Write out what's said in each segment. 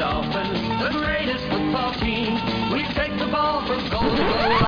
Dolphins, the greatest football team. We take the ball from goal to goal.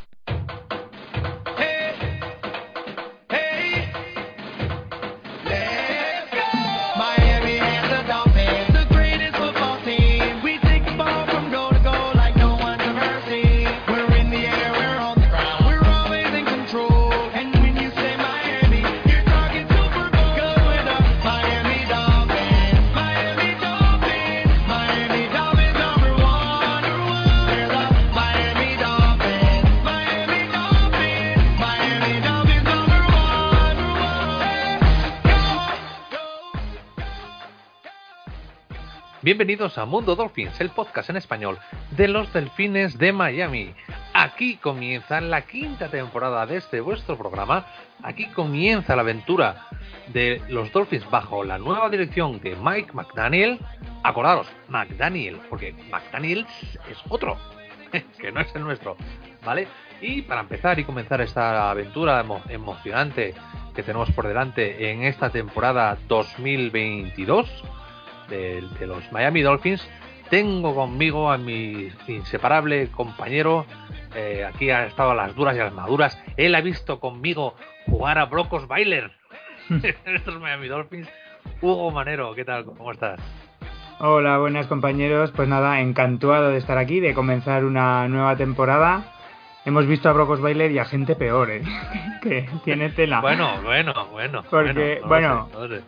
Bienvenidos a Mundo Dolphins, el podcast en español de los Delfines de Miami. Aquí comienza la quinta temporada de este vuestro programa. Aquí comienza la aventura de los Dolphins bajo la nueva dirección de Mike McDaniel. Acordaros, McDaniel, porque McDaniel es otro, que no es el nuestro, ¿vale? Y para empezar y comenzar esta aventura emocionante que tenemos por delante en esta temporada 2022... de los Miami Dolphins, tengo conmigo a mi inseparable compañero. Aquí ha estado a las duras y a las maduras. Él ha visto conmigo jugar a Brock Osweiler en estos Miami Dolphins. Hugo Manero, ¿qué tal? ¿Cómo estás? Hola, buenas compañeros. Pues nada, encantado de estar aquí, de comenzar una nueva temporada. Hemos visto a Brock Osweiler y a gente peor, que tiene tela. Bueno. Porque, no sé.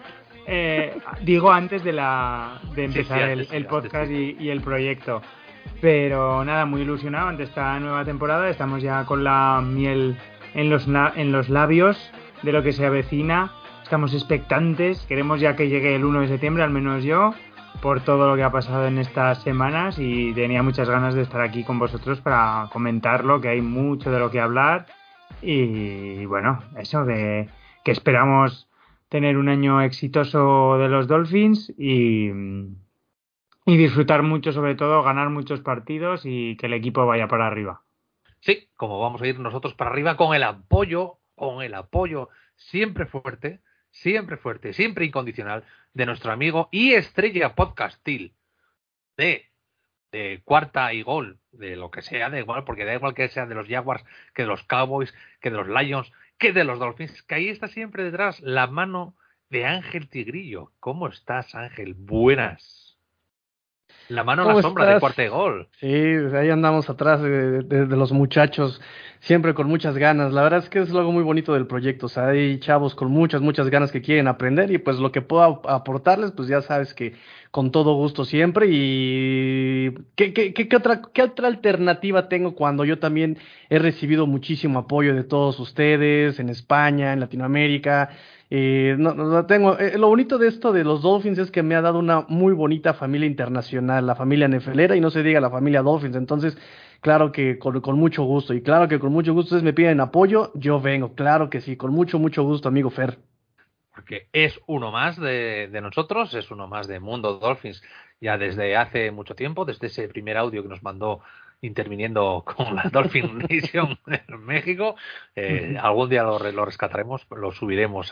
Digo antes de empezar el podcast y el proyecto, pero nada, muy ilusionado ante esta nueva temporada. Estamos ya con la miel en los labios de lo que se avecina. Estamos expectantes, queremos ya que llegue el 1 de septiembre, al menos yo, por todo lo que ha pasado en estas semanas, y tenía muchas ganas de estar aquí con vosotros para comentarlo, que hay mucho de lo que hablar. Y bueno, eso de que esperamos tener un año exitoso de los Dolphins y disfrutar mucho, sobre todo, ganar muchos partidos y que el equipo vaya para arriba. Sí, como vamos a ir nosotros para arriba con el apoyo siempre fuerte, siempre incondicional de nuestro amigo y estrella podcastil de Cuarta y Gol, de lo que sea, da igual, porque da igual que sea de los Jaguars, que de los Cowboys, que de los Lions, que de los Dolphins, que ahí está siempre detrás la mano de Ángel Tigrillo. ¿Cómo estás, Ángel? Buenas. La mano en la sombra de Cuarta y Gol. Sí, ahí andamos atrás de los muchachos, siempre con muchas ganas. La verdad es que es algo muy bonito del proyecto. O sea, hay chavos con muchas ganas que quieren aprender, y pues lo que puedo aportarles, pues ya sabes que con todo gusto siempre. Y ¿qué otra alternativa tengo cuando yo también he recibido muchísimo apoyo de todos ustedes en España, en Latinoamérica? No tengo. Lo bonito de esto de los Dolphins es que me ha dado una muy bonita familia internacional, la familia nefelera, y no se diga la familia Dolphins. Entonces, claro que con mucho gusto, y claro que con mucho gusto ustedes me piden apoyo, yo vengo, claro que sí, con mucho gusto, amigo Fer. Porque es uno más de nosotros, es uno más de Mundo Dolphins, ya desde hace mucho tiempo, desde ese primer audio que nos mandó interviniendo con la Dolphin Nation en México. Algún día lo rescataremos, lo subiremos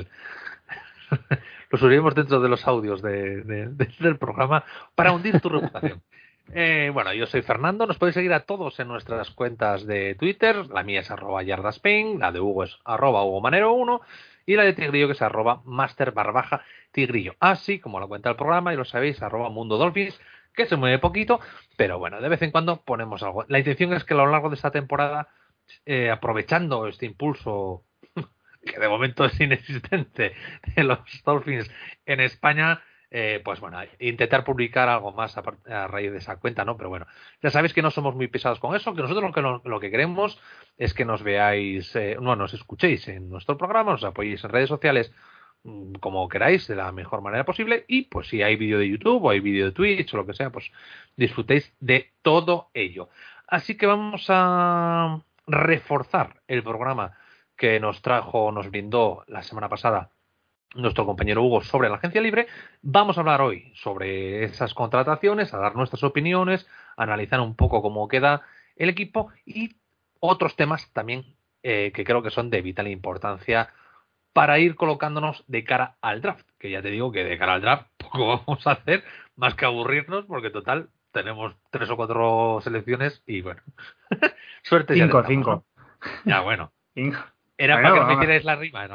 lo subiremos dentro de los audios del programa para hundir tu reputación. Bueno, yo soy Fernando. Nos podéis seguir a todos en nuestras cuentas de Twitter. La mía es @yardaspin, la de Hugo es @hugomanero1 y la de Tigrillo, que es @master_tigrillo. Así como la cuenta del programa, y lo sabéis, @Mundo Dolphins, que se mueve poquito, pero bueno, de vez en cuando ponemos algo. La intención es que a lo largo de esta temporada, aprovechando este impulso que de momento es inexistente de los Dolphins en España, pues bueno, intentar publicar algo más a raíz de esa cuenta, ¿no? Pero bueno, ya sabéis que no somos muy pesados con eso, que nosotros lo que queremos es que nos veáis, nos escuchéis en nuestro programa, nos apoyéis en redes sociales, como queráis, de la mejor manera posible, y pues si hay vídeo de YouTube o hay vídeo de Twitch o lo que sea, pues disfrutéis de todo ello. Así que vamos a reforzar el programa que nos brindó la semana pasada nuestro compañero Hugo sobre la agencia libre. Vamos a hablar hoy sobre esas contrataciones, a dar nuestras opiniones, a analizar un poco cómo queda el equipo y otros temas también que creo que son de vital importancia para ir colocándonos de cara al draft, que ya te digo que de cara al draft poco vamos a hacer, más que aburrirnos, porque total, tenemos 3 o 4 selecciones y bueno, suerte ya tendremos, ¿no? Ya, bueno. Era para que no me hicierais la rima,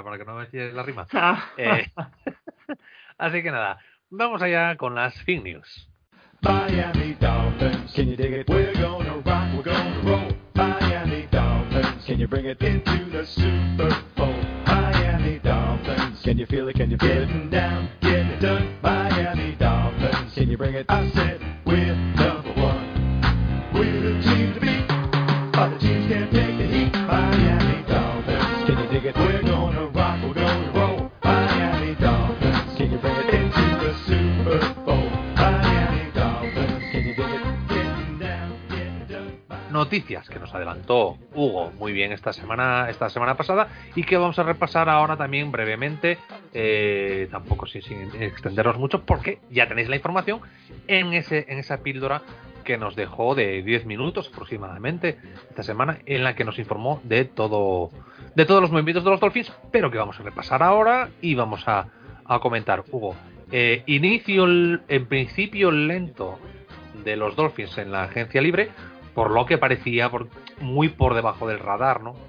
Así que nada, vamos allá con las Fake News. Miami Dolphins, can you dig it? We're gonna rock, we're gonna roll. Miami Dolphins, can you bring it into the Super Bowl? Miami Dolphins, can you feel it? Can you feel it? Getting down, getting it done. Miami Dolphins, can you bring it? I said we're number one. We're the team to beat. Other teams can't take the heat. Miami Dolphins, can you dig it? We're gonna rock, we're gonna roll. Miami Dolphins, can you bring it into the Super Bowl? Miami Dolphins, can you dig it? Getting down, getting it done. Noticias que nos adelantó Hugo muy bien esta semana pasada y que vamos a repasar ahora también brevemente, tampoco sin extendernos mucho, porque ya tenéis la información en esa píldora que nos dejó de 10 minutos aproximadamente esta semana, en la que nos informó de todos los movimientos de los Dolphins, pero que vamos a repasar ahora y vamos a comentar. Hugo, en principio lento de los Dolphins en la agencia libre, por lo que parecía muy por debajo del radar, ¿no?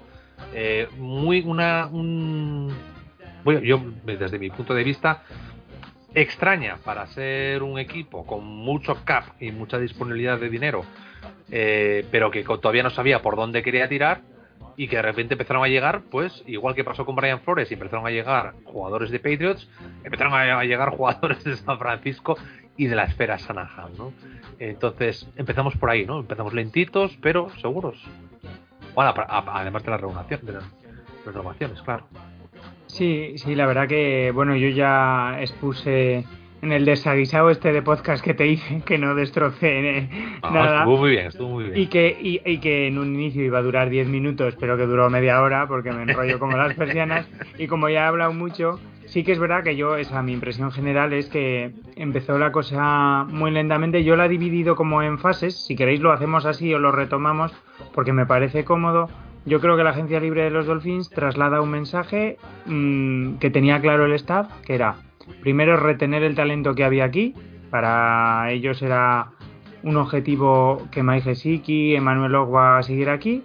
Yo desde mi punto de vista, extraña para ser un equipo con mucho cap y mucha disponibilidad de dinero, pero que todavía no sabía por dónde quería tirar, y que de repente empezaron a llegar, pues igual que pasó con Brian Flores, y empezaron a llegar jugadores de Patriots, empezaron a llegar jugadores de San Francisco y de la esfera Shanahan, ¿no? Entonces empezamos por ahí, ¿no? Empezamos lentitos pero seguros. Bueno, además de las renovaciones, claro. Sí, la verdad que, bueno, yo ya expuse en el desaguisado de podcast que te hice, que no destrocé nada. Estuvo muy bien. Y que en un inicio iba a durar 10 minutos, pero que duró media hora porque me enrollo como las persianas. Y como ya he hablado mucho, sí que es verdad que mi impresión general es que empezó la cosa muy lentamente. Yo la he dividido como en fases. Si queréis lo hacemos así o lo retomamos, porque me parece cómodo. Yo creo que la agencia libre de los Dolphins traslada un mensaje que tenía claro el staff, que era, primero, retener el talento que había aquí. Para ellos era un objetivo que Mike Gesicki, Emmanuel Ogba siguiera aquí.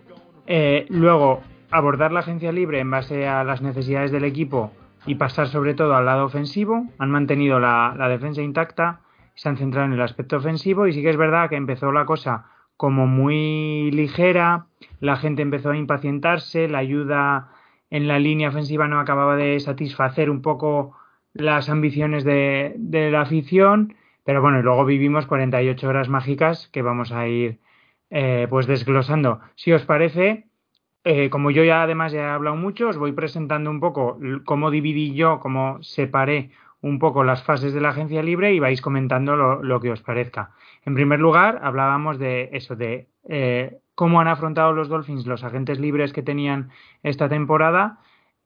Luego, abordar la agencia libre en base a las necesidades del equipo y pasar sobre todo al lado ofensivo. Han mantenido la defensa intacta, se han centrado en el aspecto ofensivo, y sí que es verdad que empezó la cosa como muy ligera, la gente empezó a impacientarse, la ayuda en la línea ofensiva no acababa de satisfacer un poco las ambiciones de la afición, pero bueno, y luego vivimos 48 horas mágicas que vamos a ir pues desglosando. Si os parece, como yo además ya he hablado mucho, os voy presentando un poco cómo dividí yo, cómo separé un poco las fases de la agencia libre, y vais comentando lo que os parezca. En primer lugar, hablábamos de eso, de cómo han afrontado los Dolphins los agentes libres que tenían esta temporada,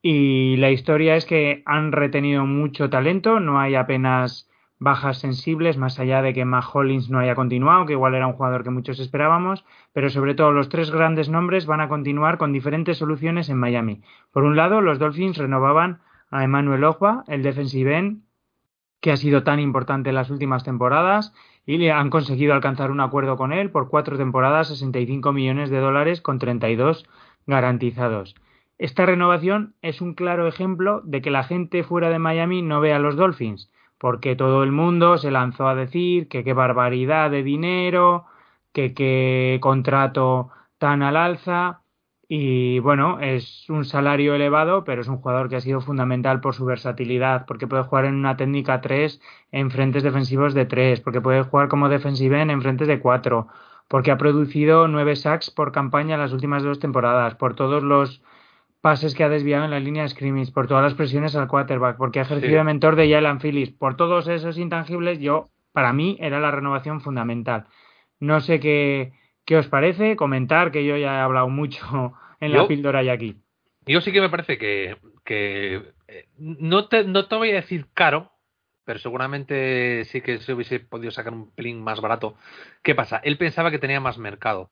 y la historia es que han retenido mucho talento, no hay apenas bajas sensibles, más allá de que Matt Hollins no haya continuado, que igual era un jugador que muchos esperábamos, pero sobre todo los 3 grandes nombres van a continuar con diferentes soluciones en Miami. Por un lado, los Dolphins renovaban a Emmanuel Ogba, el defensive end, que ha sido tan importante en las últimas temporadas, y le han conseguido alcanzar un acuerdo con él por 4 temporadas, $65 millones con 32 garantizados. Esta renovación es un claro ejemplo de que la gente fuera de Miami no ve a los Dolphins, porque todo el mundo se lanzó a decir que qué barbaridad de dinero, que qué contrato tan al alza. Y bueno, es un salario elevado, pero es un jugador que ha sido fundamental por su versatilidad, porque puede jugar en una técnica 3 en frentes defensivos de 3, porque puede jugar como defensive end en frentes de 4, porque ha producido 9 sacks por campaña en las últimas 2 temporadas, por todos los pases que ha desviado en la línea de scrimmage, por todas las presiones al quarterback, porque ha ejercido de mentor de Jalen Phillips. Por todos esos intangibles, para mí era la renovación fundamental. No sé qué os parece, comentar, que yo ya he hablado mucho en la píldora y aquí. Yo sí que me parece que no te voy a decir caro, pero seguramente sí que se hubiese podido sacar un pelín más barato. ¿Qué pasa? Él pensaba que tenía más mercado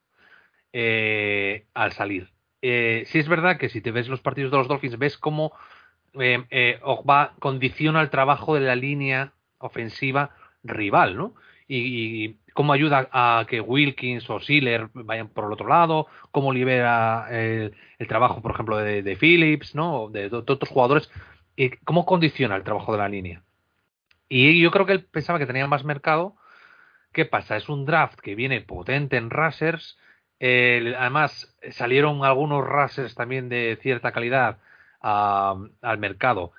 al salir. Sí es verdad que si te ves los partidos de los Dolphins, ves cómo Ogba condiciona el trabajo de la línea ofensiva rival, ¿no? Y cómo ayuda a que Wilkins o Sealer vayan por el otro lado, cómo libera el trabajo, por ejemplo, de Phillips, ¿no? De otros jugadores, y cómo condiciona el trabajo de la línea. Y yo creo que él pensaba que tenía más mercado. ¿Qué pasa? Es un draft que viene potente en rushers. Además, salieron algunos rushers también de cierta calidad al mercado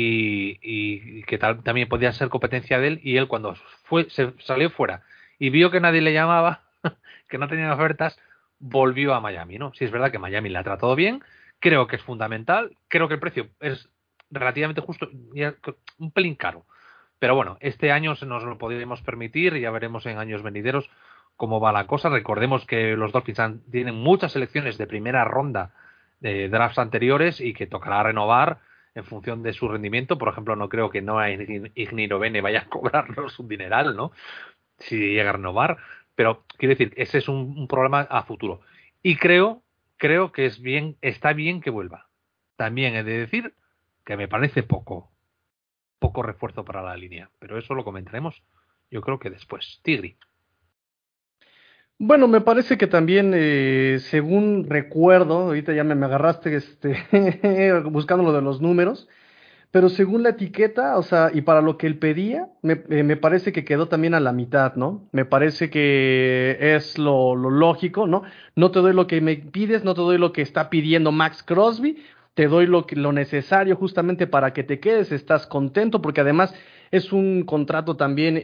y que también podían ser competencia de él. Y él, cuando se salió fuera y vio que nadie le llamaba, que no tenía ofertas, volvió a Miami, ¿no? Si es verdad que Miami le ha tratado bien, creo que es fundamental, creo que el precio es relativamente justo, un pelín caro. Pero bueno, este año nos lo podríamos permitir y ya veremos en años venideros cómo va la cosa. Recordemos que los Dolphins tienen muchas selecciones de primera ronda de drafts anteriores y que tocará renovar en función de su rendimiento. Por ejemplo, no creo que Noah Igbinoghene vaya a cobrarnos un dineral, ¿no? Si llega a renovar. Pero quiero decir, ese es un problema a futuro. Y creo que está bien que vuelva. También he de decir que me parece poco refuerzo para la línea, pero eso lo comentaremos yo creo que después. Tigri. Bueno, me parece que también, según recuerdo, ahorita ya me agarraste buscando lo de los números, pero según la etiqueta, o sea, y para lo que él pedía, me parece que quedó también a la mitad, ¿no? Me parece que es lo lógico, ¿no? No te doy lo que me pides, no te doy lo que está pidiendo Max Crosby, te doy lo necesario justamente para que te quedes, estás contento, porque además es un contrato también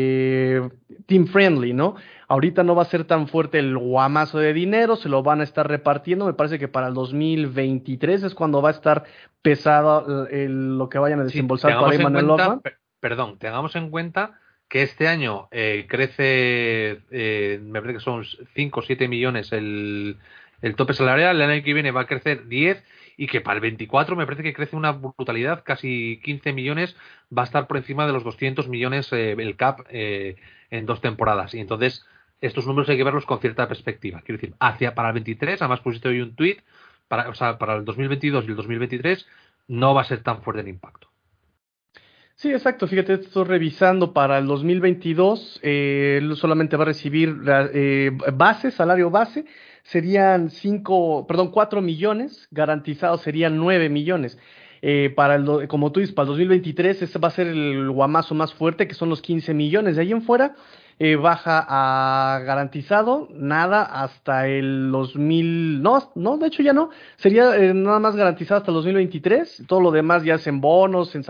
team friendly, ¿no? Ahorita no va a ser tan fuerte el guamazo de dinero, se lo van a estar repartiendo, me parece que para el 2023 es cuando va a estar pesado lo que vayan a desembolsar para Emmanuel Lockman. Perdón, tengamos en cuenta que este año crece, me parece que son 5 o 7 millones el tope salarial, el año que viene va a crecer 10 y que para el 24 me parece que crece una brutalidad, casi 15 millones, va a estar por encima de los 200 millones el cap en 2 temporadas. Y entonces estos números hay que verlos con cierta perspectiva. Quiero decir, para el 23, además pusiste hoy un tweet, para el 2022 y el 2023 no va a ser tan fuerte el impacto. Sí, exacto. Fíjate, estoy revisando para el 2022, él solamente va a recibir salario base, serían 4 millones, garantizados serían 9 millones. Como tú dices, para el 2023 ese va a ser el guamazo más fuerte, que son los 15 millones. De ahí en fuera baja a garantizado, nada hasta el 2000, no, de hecho ya no, sería nada más garantizado hasta el 2023, todo lo demás ya es en bonos, en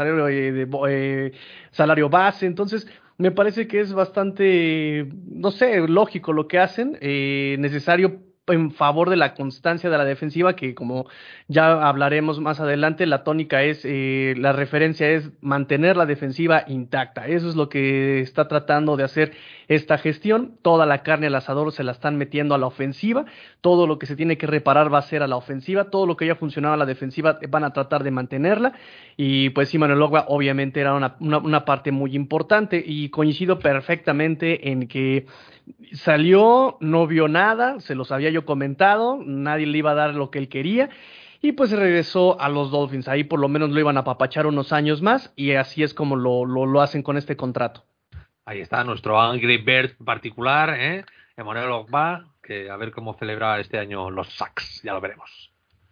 salario base. Entonces me parece que es bastante, no sé, lógico lo que hacen, necesario en favor de la constancia de la defensiva, que como ya hablaremos más adelante, la tónica es, la referencia es mantener la defensiva intacta. Eso es lo que está tratando de hacer esta gestión. Toda la carne al asador se la están metiendo a la ofensiva, todo lo que se tiene que reparar va a ser a la ofensiva, todo lo que haya funcionado a la defensiva van a tratar de mantenerla, y pues sí, Manuel Ogba obviamente era una parte muy importante, y coincido perfectamente en que salió, no vio nada, se los había yo comentado, nadie le iba a dar lo que él quería, y pues regresó a los Dolphins. Ahí por lo menos lo iban a apapachar unos años más, y así es como lo hacen con este contrato. Ahí está nuestro Angry Bird particular, Emmanuel Ogba, que a ver cómo celebra este año los sacks, ya lo veremos.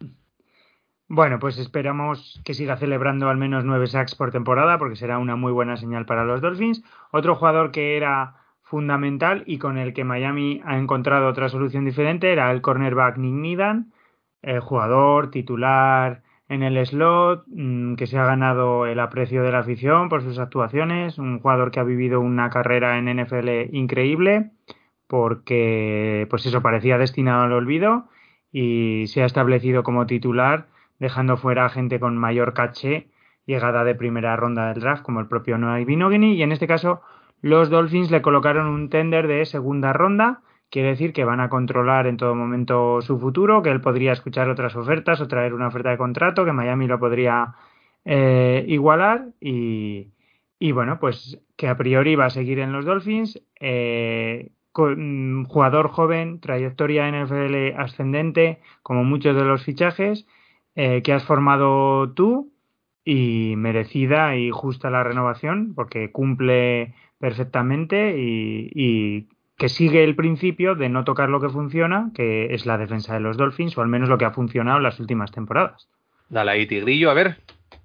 Bueno, pues esperamos que siga celebrando al menos 9 sacks por temporada, porque será una muy buena señal para los Dolphins. Otro jugador que era fundamental y con el que Miami ha encontrado otra solución diferente era el cornerback Nick Needham, jugador titular en el slot, que se ha ganado el aprecio de la afición por sus actuaciones, un jugador que ha vivido una carrera en NFL increíble, porque pues eso parecía destinado al olvido, y se ha establecido como titular, dejando fuera a gente con mayor caché, llegada de primera ronda del draft, como el propio Noah Igbinoghene, y en este caso los Dolphins le colocaron un tender de segunda ronda. Quiere decir que van a controlar en todo momento su futuro, que él podría escuchar otras ofertas o traer una oferta de contrato, que Miami lo podría igualar, y bueno, pues que a priori va a seguir en los Dolphins, jugador joven, trayectoria NFL ascendente, como muchos de los fichajes que has formado tú, y merecida y justa la renovación, porque cumple perfectamente y que sigue el principio de no tocar lo que funciona, que es la defensa de los Dolphins, o al menos lo que ha funcionado en las últimas temporadas. Dale ahí, Tigrillo, a ver.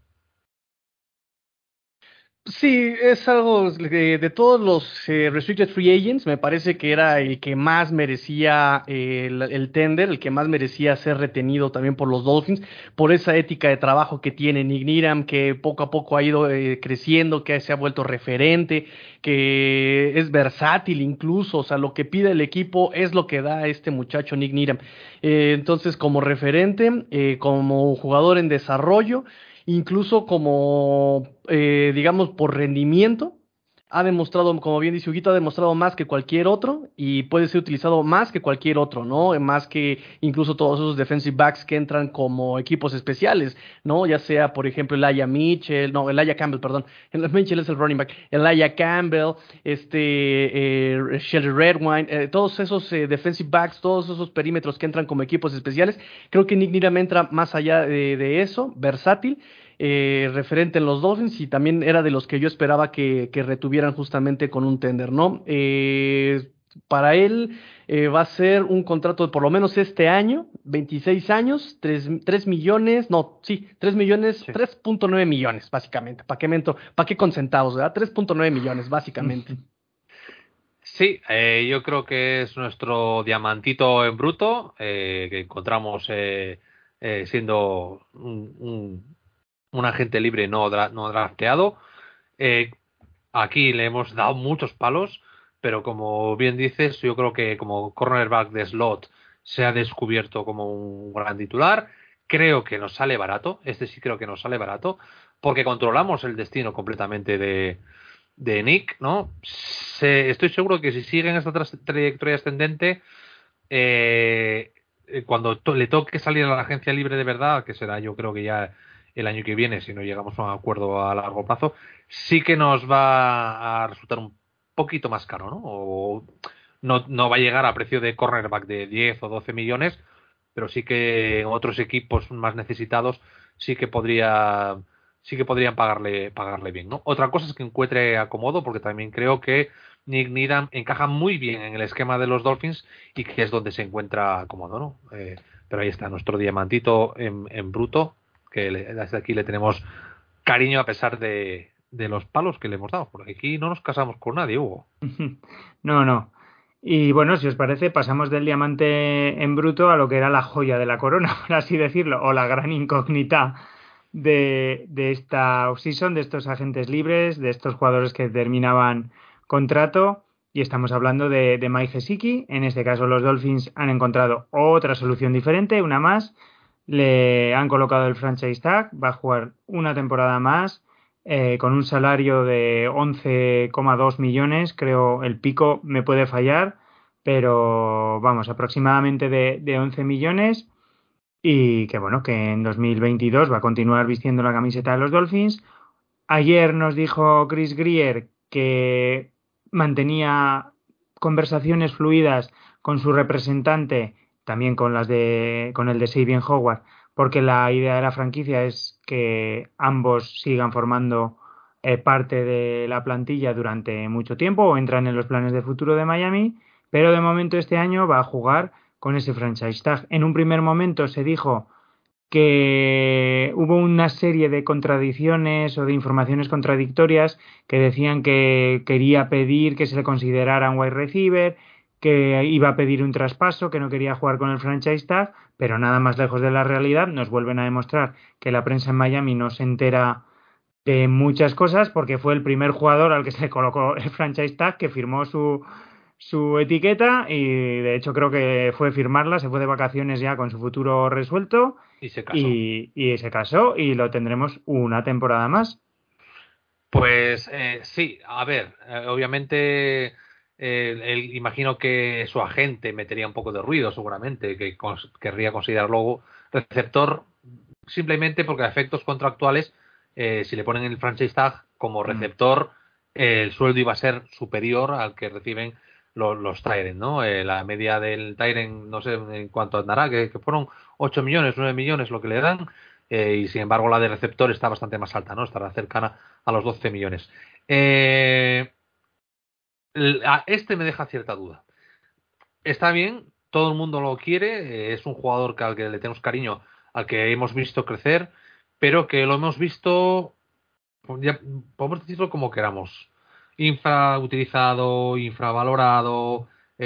Sí, es algo de todos los Restricted Free Agents, me parece que era el que más merecía el tender, el que más merecía ser retenido también por los Dolphins, por esa ética de trabajo que tiene Nick Needham, que poco a poco ha ido creciendo, que se ha vuelto referente, que es versátil incluso, o sea, lo que pide el equipo es lo que da este muchacho Nick Needham. Entonces, como referente, como jugador en desarrollo, incluso como, digamos, por rendimiento, ha demostrado, como bien dice Huguito, ha demostrado más que cualquier otro y puede ser utilizado más que cualquier otro, ¿no? Más que incluso todos esos defensive backs que entran como equipos especiales, ¿no? Ya sea, por ejemplo, Elijah Campbell, perdón. Mitchell es el running back. Elijah Campbell, Shelly Redwine, todos esos defensive backs, todos esos perímetros que entran como equipos especiales. Creo que Nick Needham entra más allá de eso, versátil, referente en los Dolphins y también era de los que yo esperaba que retuvieran justamente con un tender, ¿no? Para él va a ser un contrato de por lo menos este año, 26 años, 3 millones, no, sí, 3 millones, Sí. 3.9 millones, básicamente. ¿Para qué con centavos, verdad? 3.9 millones, básicamente. Sí, yo creo que es nuestro diamantito en bruto, que encontramos siendo un agente libre no drafteado. Eh, Aquí le hemos dado muchos palos, pero como bien dices, yo creo que como cornerback de slot se ha descubierto como un gran titular. Creo que nos sale barato, este sí creo que nos sale barato, porque controlamos el destino completamente de Nick, ¿no? Estoy seguro que si siguen esta trayectoria ascendente, cuando le toque salir a la agencia libre de verdad, que será yo creo que ya el año que viene, si no llegamos a un acuerdo a largo plazo, sí que nos va a resultar un poquito más caro, ¿no? O no va a llegar a precio de cornerback de 10 o 12 millones, pero sí que en otros equipos más necesitados sí que podrían pagarle bien, ¿no? Otra cosa es que encuentre acomodo, porque también creo que Nick Needham encaja muy bien en el esquema de los Dolphins y que es donde se encuentra cómodo, ¿no? Pero ahí está nuestro diamantito en bruto, que desde aquí le tenemos cariño a pesar de los palos que le hemos dado, porque aquí no nos casamos con nadie, Hugo. No, no. Y bueno, si os parece, pasamos del diamante en bruto a lo que era la joya de la corona, por así decirlo, o la gran incógnita de esta offseason, de estos agentes libres, de estos jugadores que terminaban contrato. Y estamos hablando de Mike Gesicki. En este caso, los Dolphins han encontrado otra solución diferente, una más. Le han colocado el franchise tag, va a jugar una temporada más con un salario de 11,2 millones, creo el pico me puede fallar, pero vamos, aproximadamente de 11 millones y que bueno, que en 2022 va a continuar vistiendo la camiseta de los Dolphins. Ayer nos dijo Chris Grier que mantenía conversaciones fluidas con su representante, también con el de Xavier Howard, porque la idea de la franquicia es que ambos sigan formando parte de la plantilla durante mucho tiempo o entran en los planes de futuro de Miami, pero de momento este año va a jugar con ese franchise tag. En un primer momento se dijo que hubo una serie de contradicciones o de informaciones contradictorias que decían que quería pedir que se le considerara un wide receiver, que iba a pedir un traspaso, que no quería jugar con el franchise tag, pero nada más lejos de la realidad. Nos vuelven a demostrar que la prensa en Miami no se entera de muchas cosas porque fue el primer jugador al que se le colocó el franchise tag, que firmó su etiqueta y de hecho creo que fue firmarla, se fue de vacaciones ya con su futuro resuelto Y se casó. y se casó y lo tendremos una temporada más. Pues sí, a ver, obviamente imagino que su agente metería un poco de ruido seguramente, que querría considerarlo receptor simplemente porque a efectos contractuales, si le ponen el franchise tag como receptor, el sueldo iba a ser superior al que reciben los Tyrants, ¿no? La media del Tyrant, no sé en cuánto andará, que fueron 8 millones, 9 millones lo que le dan, y sin embargo la de receptor está bastante más alta, ¿no? Estará cercana a los 12 millones. Este me deja cierta duda. Está bien, todo el mundo lo quiere, es un jugador al que le tenemos cariño, al que hemos visto crecer, pero que lo hemos visto, ya podemos decirlo como queramos, infrautilizado, infravalorado,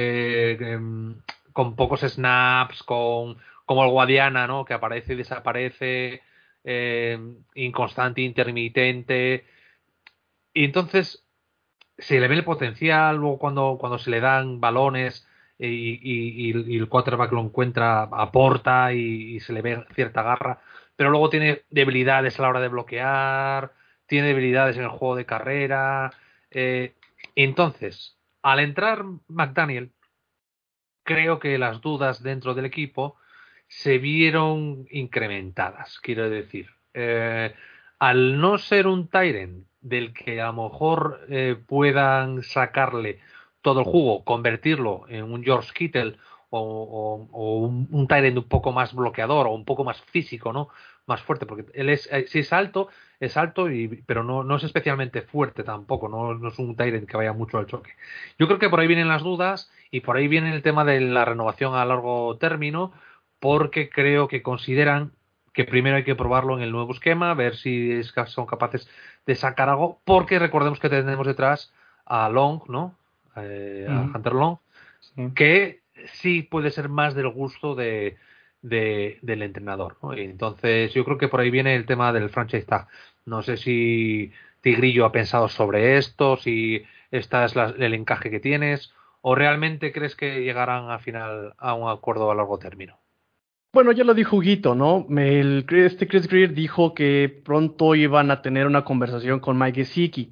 con pocos snaps, como el Guadiana, ¿no? Que aparece y desaparece, inconstante, intermitente. Y entonces se le ve el potencial, luego cuando se le dan balones y el quarterback lo encuentra, aporta y se le ve cierta garra, pero luego tiene debilidades a la hora de bloquear, tiene debilidades en el juego de carrera. Entonces, al entrar McDaniel, creo que las dudas dentro del equipo se vieron incrementadas, quiero decir. Al no ser un Tyrant del que a lo mejor puedan sacarle todo el jugo, convertirlo en un George Kittle o un Tyrant un poco más bloqueador o un poco más físico, ¿no? Más fuerte, porque él si es alto, pero no es especialmente fuerte tampoco, no es un Tyrant que vaya mucho al choque. Yo creo que por ahí vienen las dudas y por ahí viene el tema de la renovación a largo término, porque creo que consideran que primero hay que probarlo en el nuevo esquema, ver si son capaces de sacar algo, porque recordemos que tenemos detrás a Long, ¿no? A Hunter Long, Sí. que sí puede ser más del gusto del entrenador, ¿no? Y entonces yo creo que por ahí viene el tema del franchise tag. No sé si Tigrillo ha pensado sobre esto, si esta es el encaje que tienes, o realmente crees que llegarán al final a un acuerdo a largo término. Bueno, ya lo dijo Huguito, ¿no? Este Chris Greer dijo que pronto iban a tener una conversación con Mike Gesicki.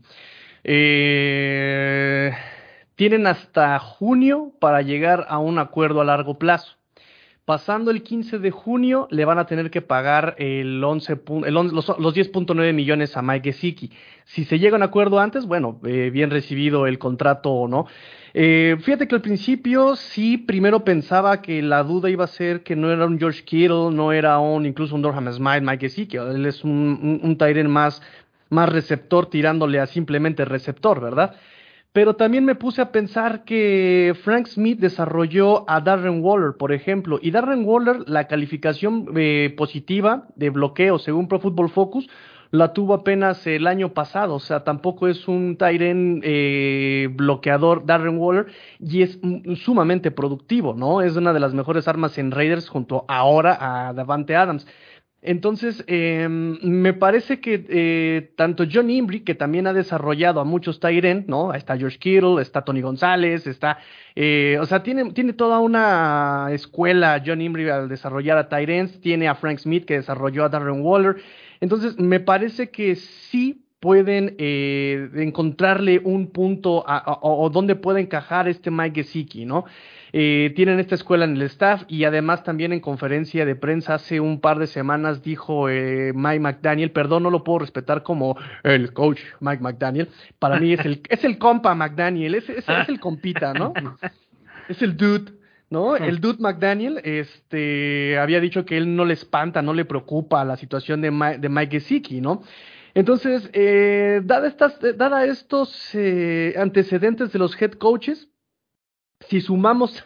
Tienen hasta junio para llegar a un acuerdo a largo plazo. Pasando el 15 de junio, le van a tener que pagar los 10.9 millones a Mike Gesicki. Si se llega a un acuerdo antes, bueno, bien recibido el contrato o no. Fíjate que al principio sí, primero pensaba que la duda iba a ser que no era un George Kittle, no era incluso un Durham Smythe, Mike Gesicki. Él es un tight end más receptor, tirándole a simplemente receptor, ¿verdad? Pero también me puse a pensar que Frank Smith desarrolló a Darren Waller, por ejemplo, y Darren Waller, la calificación positiva de bloqueo según Pro Football Focus, la tuvo apenas el año pasado, o sea, tampoco es un tight end bloqueador Darren Waller, y es sumamente productivo, ¿no? Es una de las mejores armas en Raiders junto ahora a Davante Adams. Entonces, me parece que tanto John Imbri, que también ha desarrollado a muchos tight end, ¿no? Está George Kittle, está Tony González, o sea, tiene toda una escuela John Imbri al desarrollar a tight ends, tiene a Frank Smith que desarrolló a Darren Waller. Entonces, me parece que sí pueden encontrarle un punto o donde puede encajar este Mike Gesicki, ¿no? Tienen esta escuela en el staff y además también en conferencia de prensa hace un par de semanas dijo Mike McDaniel, perdón, no lo puedo respetar como el coach Mike McDaniel, para mí es el compa McDaniel, es el compita, ¿no? Es el dude, ¿no? El dude McDaniel había dicho que él no le espanta, no le preocupa la situación de Mike Gesicki, ¿no? Entonces, dada estos antecedentes de los head coaches, si sumamos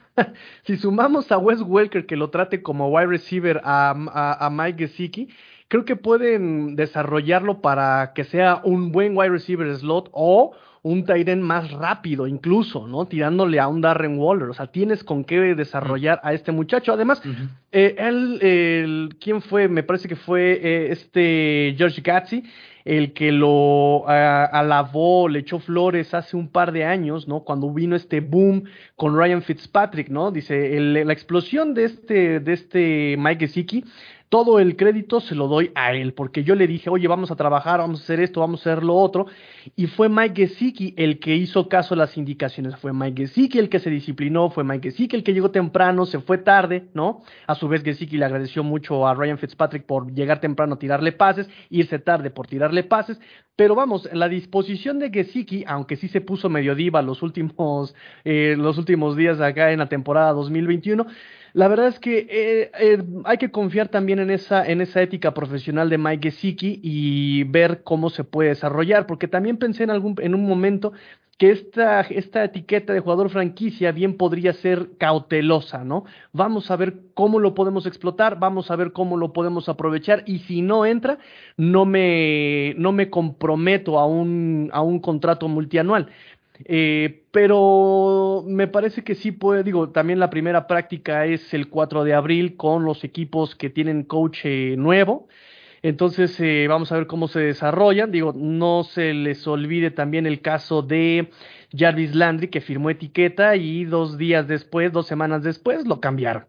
a Wes Welker que lo trate como wide receiver a Mike Gesicki, creo que pueden desarrollarlo para que sea un buen wide receiver slot o un tight end más rápido incluso, ¿no? Tirándole a un Darren Waller. O sea, tienes con qué desarrollar a este muchacho. Además, ¿quién fue? Me parece que fue George Gatzi, el que lo alabó, le echó flores hace un par de años, ¿no? Cuando vino este boom con Ryan Fitzpatrick, ¿no? Dice, la explosión de este Mike Gesicki, todo el crédito se lo doy a él, porque yo le dije, oye, vamos a trabajar, vamos a hacer esto, vamos a hacer lo otro, y fue Mike Gesicki el que hizo caso a las indicaciones, fue Mike Gesicki el que se disciplinó, fue Mike Gesicki el que llegó temprano, se fue tarde, ¿no? A su vez Gesicki le agradeció mucho a Ryan Fitzpatrick por llegar temprano a tirarle pases, irse tarde por tirarle pases, pero vamos, la disposición de Gesicki, aunque sí se puso medio diva los últimos días acá en la temporada 2021, La verdad es que hay que confiar también en esa ética profesional de Mike Gesicki y ver cómo se puede desarrollar, porque también pensé en un momento que esta etiqueta de jugador franquicia bien podría ser cautelosa, ¿no? Vamos a ver cómo lo podemos explotar, vamos a ver cómo lo podemos aprovechar, y si no entra, no me comprometo a un contrato multianual. Pero me parece que sí puede, digo, también la primera práctica es el 4 de abril con los equipos que tienen coach nuevo. Entonces, vamos a ver cómo se desarrollan. Digo, no se les olvide también el caso de Jarvis Landry, que firmó etiqueta y 2 semanas después, lo cambiaron.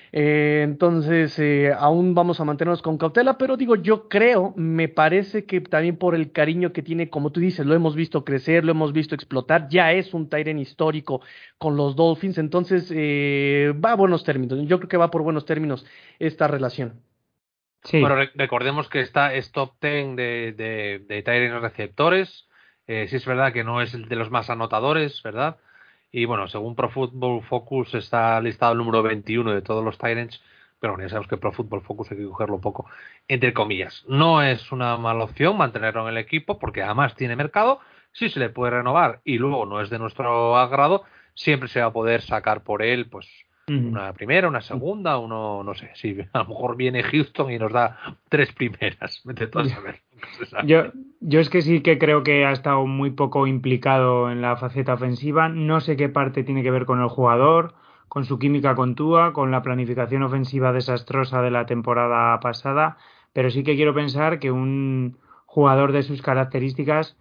Entonces, aún vamos a mantenernos con cautela, pero digo, yo creo, me parece que también por el cariño que tiene, como tú dices, lo hemos visto crecer, lo hemos visto explotar, ya es un tight end histórico con los Dolphins, entonces va a buenos términos. Yo creo que va por buenos términos esta relación. Sí. Bueno, recordemos que es top 10 de tight end receptores. Sí es verdad que no es el de los más anotadores, ¿verdad? Y bueno, según Pro Football Focus está listado el número 21 de todos los tight ends, pero bueno, ya sabemos que Pro Football Focus hay que cogerlo un poco entre comillas. No es una mala opción mantenerlo en el equipo porque además tiene mercado, sí se le puede renovar y luego no es de nuestro agrado, siempre se va a poder sacar por él, pues una primera, una segunda, uno, no sé, si a lo mejor viene Houston y nos da 3 primeras, vete tú a saber. Yo es que sí que creo que ha estado muy poco implicado en la faceta ofensiva. No sé qué parte tiene que ver con el jugador, con su química con Tua, con la planificación ofensiva desastrosa de la temporada pasada, pero sí que quiero pensar que un jugador de sus características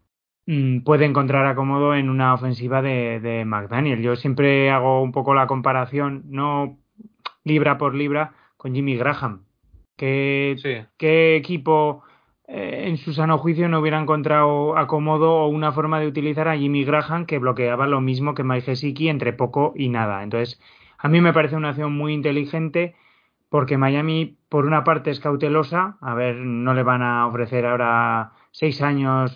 puede encontrar acomodo en una ofensiva de McDaniel. Yo siempre hago un poco la comparación, no libra por libra, con Jimmy Graham. Sí. ¿Qué equipo en su sano juicio no hubiera encontrado acomodo o una forma de utilizar a Jimmy Graham que bloqueaba lo mismo que Mike Gesicki entre poco y nada? Entonces, a mí me parece una acción muy inteligente porque Miami, por una parte, es cautelosa. A ver, no le van a ofrecer ahora 6 años,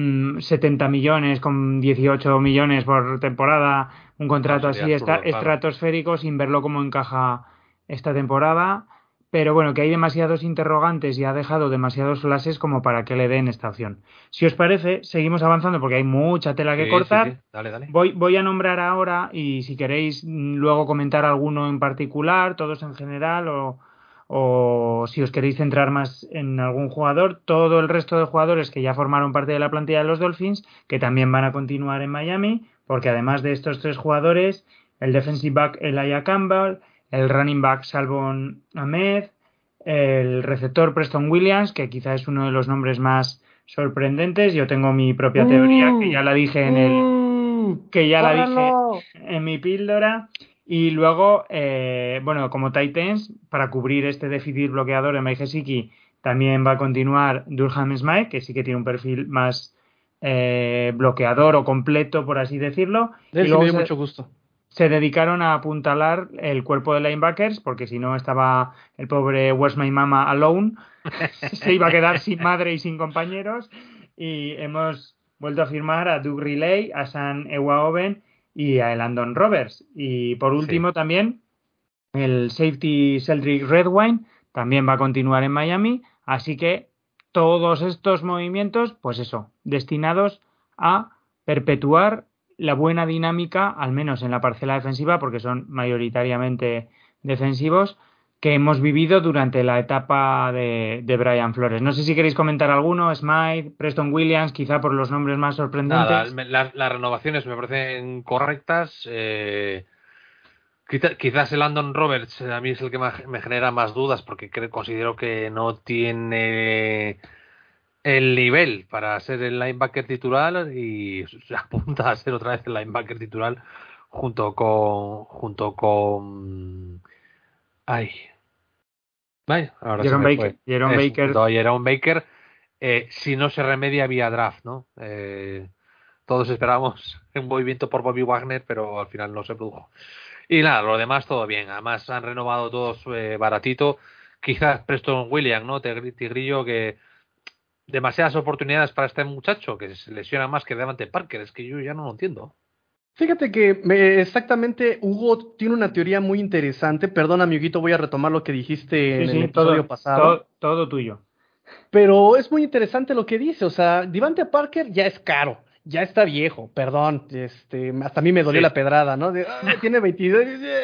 70 millones con 18 millones por temporada, un contrato Sería así absurdo, claro. estratosférico sin ver cómo encaja esta temporada. Pero bueno, que hay demasiados interrogantes y ha dejado demasiados flashes como para que le den esta opción. Si os parece, seguimos avanzando porque hay mucha tela que cortar. Sí. Dale. Voy a nombrar ahora y si queréis luego comentar alguno en particular, todos en general o si os queréis centrar más en algún jugador, todo el resto de jugadores que ya formaron parte de la plantilla de los Dolphins, que también van a continuar en Miami, porque además de estos 3 jugadores, el defensive back Elijah Campbell, el running back Salvon Ahmed, el receptor Preston Williams, que quizá es uno de los nombres más sorprendentes. Yo tengo mi propia teoría que ya la dije en mi píldora. Y luego, bueno, como Titans, para cubrir este déficit bloqueador de Mike Gesicki, también va a continuar Durham Smythe, que sí que tiene un perfil más bloqueador o completo, por así decirlo. De él Y sí me luego dio mucho gusto. se dedicaron a apuntalar el cuerpo de linebackers, porque si no estaba el pobre Where's My Mama alone, se iba a quedar sin madre y sin compañeros. Y hemos vuelto a firmar a Doug Riley, a Sam Ewaoben y a Landon Roberts. Y por último también el safety Cedric Redwine también va a continuar en Miami. Así que todos estos movimientos, pues eso, destinados a perpetuar la buena dinámica, al menos en la parcela defensiva, porque son mayoritariamente defensivos, que hemos vivido durante la etapa de Brian Flores. No sé si queréis comentar alguno, Smythe, Preston Williams, quizá por los nombres más sorprendentes. Nada, las renovaciones me parecen correctas. Quizás el Landon Roberts a mí es el que me genera más dudas porque considero que no tiene el nivel para ser el linebacker titular y se apunta a ser otra vez el linebacker titular junto con ay, ahora se me fue. Jerome Baker, si no se remedia vía draft, ¿no? Todos esperábamos un movimiento por Bobby Wagner, pero al final no se produjo. Y nada, lo demás todo bien. Además han renovado todos baratito. Quizás Preston Williams, ¿no? Tigrillo, que demasiadas oportunidades para este muchacho, que se lesiona más que Devante Parker. Es que yo ya no lo entiendo. Fíjate que exactamente Hugo tiene una teoría muy interesante. Perdón, amiguito, voy a retomar lo que dijiste en el episodio pasado. Todo tuyo. Pero es muy interesante lo que dice. O sea, Devante Parker ya es caro. Ya está viejo, perdón, hasta a mí me dolió la pedrada, ¿no? Tiene 22,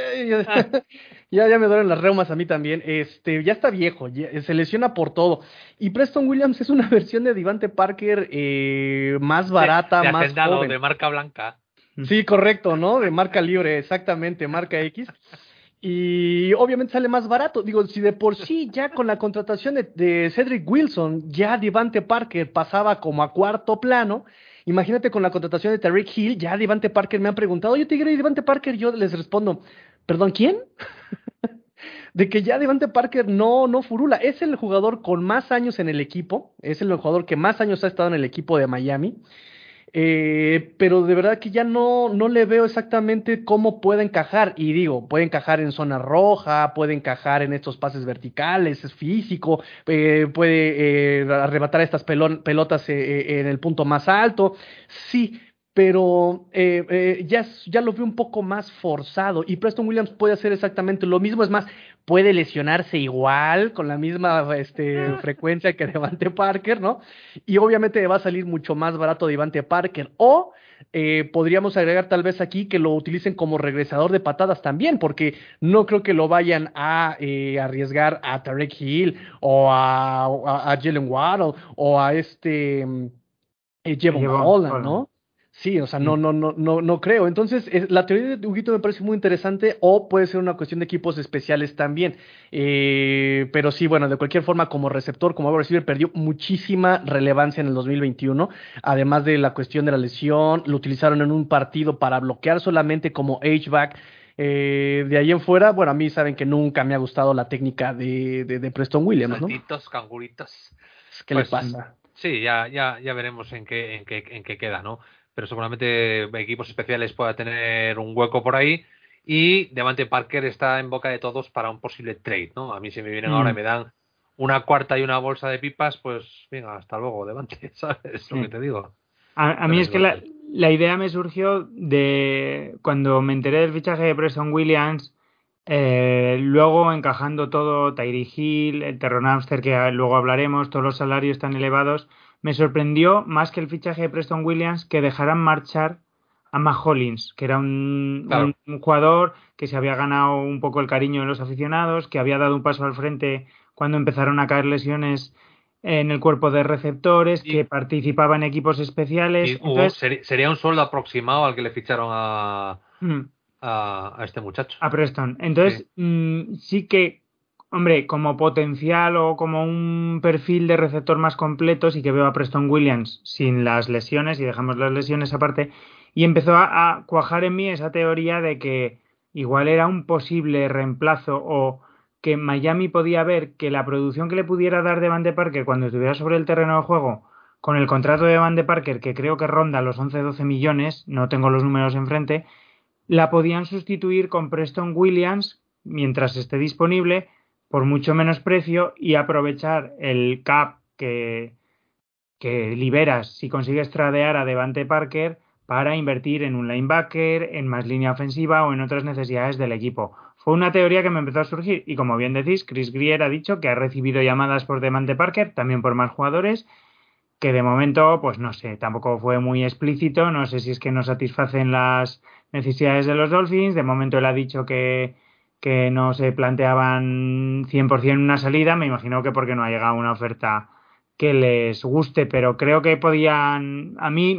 ya me duelen las reumas a mí también, ya está viejo, se lesiona por todo, y Preston Williams es una versión de Devante Parker más barata, de más hacendado, joven. de marca blanca. Sí, correcto, ¿no? De marca libre, exactamente, marca X. Y obviamente sale más barato. Digo, si de por sí ya con la contratación de Cedric Wilson, ya Devante Parker pasaba como a cuarto plano, imagínate con la contratación de Tyreek Hill, ya Devante Parker me han preguntado, oye, Tigre, ¿y Devante Parker? Yo les respondo, ¿perdón, quién? De que ya Devante Parker no furula. Es el jugador con más años en el equipo, es el jugador que más años ha estado en el equipo de Miami. Pero de verdad que ya no le veo exactamente cómo puede encajar. Y digo, puede encajar en zona roja, puede encajar en estos pases verticales, es físico, puede arrebatar estas pelotas en el punto más alto. Sí, pero ya lo veo un poco más forzado. Y Preston Williams puede hacer exactamente lo mismo. Es más, puede lesionarse igual, con la misma frecuencia que Devante Parker, ¿no? Y obviamente va a salir mucho más barato Devante Parker. O podríamos agregar tal vez aquí que lo utilicen como regresador de patadas también, porque no creo que lo vayan a arriesgar a Tyreek Hill o a Jalen Waddle o a Jevon Holland, ¿no? Sí, o sea, no creo. Entonces, la teoría de Huguito me parece muy interesante, o puede ser una cuestión de equipos especiales también. Pero sí, bueno, de cualquier forma, como receptor, como wide receiver, perdió muchísima relevancia en el 2021. Además de la cuestión de la lesión, lo utilizaron en un partido para bloquear solamente como H-back. De ahí en fuera, bueno, a mí saben que nunca me ha gustado la técnica de Preston Williams, ¿no? Saltitos, canguritos. ¿Qué le pasa? Sí, ya veremos en qué queda, ¿no? Pero seguramente equipos especiales pueda tener un hueco por ahí. Y Devante Parker está en boca de todos para un posible trade, ¿no? A mí si me vienen ahora y me dan una cuarta y una bolsa de pipas, pues venga, hasta luego, Devante, ¿sabes lo que te digo? A mí es que la idea me surgió de cuando me enteré del fichaje de Preston Williams, luego encajando todo, Tyreek Hill, el Terron Armstead, que luego hablaremos, todos los salarios tan elevados, me sorprendió más que el fichaje de Preston Williams que dejaran marchar a Mac Hollins, que era un jugador que se había ganado un poco el cariño de los aficionados, que había dado un paso al frente cuando empezaron a caer lesiones en el cuerpo de receptores, que participaba en equipos especiales. Entonces, sería un sueldo aproximado al que le ficharon a este muchacho. A Preston. Entonces, sí que, hombre, como potencial o como un perfil de receptor más completo, sí que veo a Preston Williams sin las lesiones, y dejamos las lesiones aparte, y empezó a cuajar en mí esa teoría de que igual era un posible reemplazo, o que Miami podía ver que la producción que le pudiera dar Devante Parker cuando estuviera sobre el terreno de juego, con el contrato de Devante Parker, que creo que ronda los 11-12 millones, no tengo los números enfrente, la podían sustituir con Preston Williams mientras esté disponible por mucho menos precio, y aprovechar el cap que liberas si consigues tradear a Devante Parker para invertir en un linebacker, en más línea ofensiva o en otras necesidades del equipo. Fue una teoría que me empezó a surgir, y como bien decís, Chris Grier ha dicho que ha recibido llamadas por Devante Parker, también por más jugadores, que de momento, pues no sé, tampoco fue muy explícito, no sé si es que no satisfacen las necesidades de los Dolphins. De momento él ha dicho que no se planteaban 100% una salida, me imagino que porque no ha llegado una oferta que les guste, pero creo que podían, a mí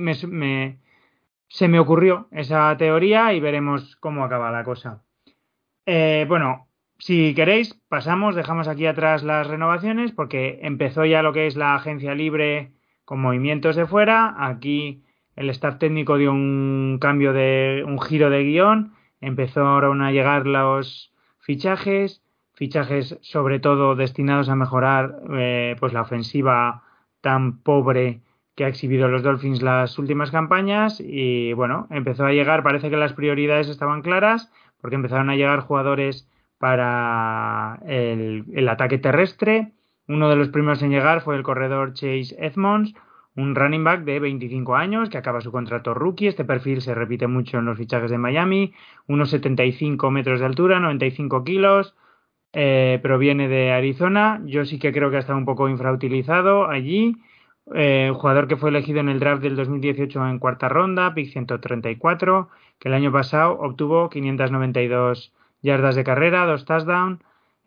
se me ocurrió esa teoría y veremos cómo acaba la cosa. Bueno, si queréis, dejamos aquí atrás las renovaciones, porque empezó ya lo que es la agencia libre con movimientos de fuera. Aquí el staff técnico dio un giro de guión, empezaron a llegar los fichajes sobre todo destinados a mejorar pues la ofensiva tan pobre que ha exhibido los Dolphins las últimas campañas. Y bueno, empezó a llegar, parece que las prioridades estaban claras, porque empezaron a llegar jugadores para el ataque terrestre. Uno de los primeros en llegar fue el corredor Chase Edmonds, un running back de 25 años que acaba su contrato rookie. Este perfil se repite mucho en los fichajes de Miami. Unos 75 metros de altura, 95 kilos. Proviene de Arizona. Yo sí que creo que ha estado un poco infrautilizado allí. Jugador que fue elegido en el draft del 2018 en cuarta ronda, pick 134, que el año pasado obtuvo 592 yardas de carrera, 2 touchdowns,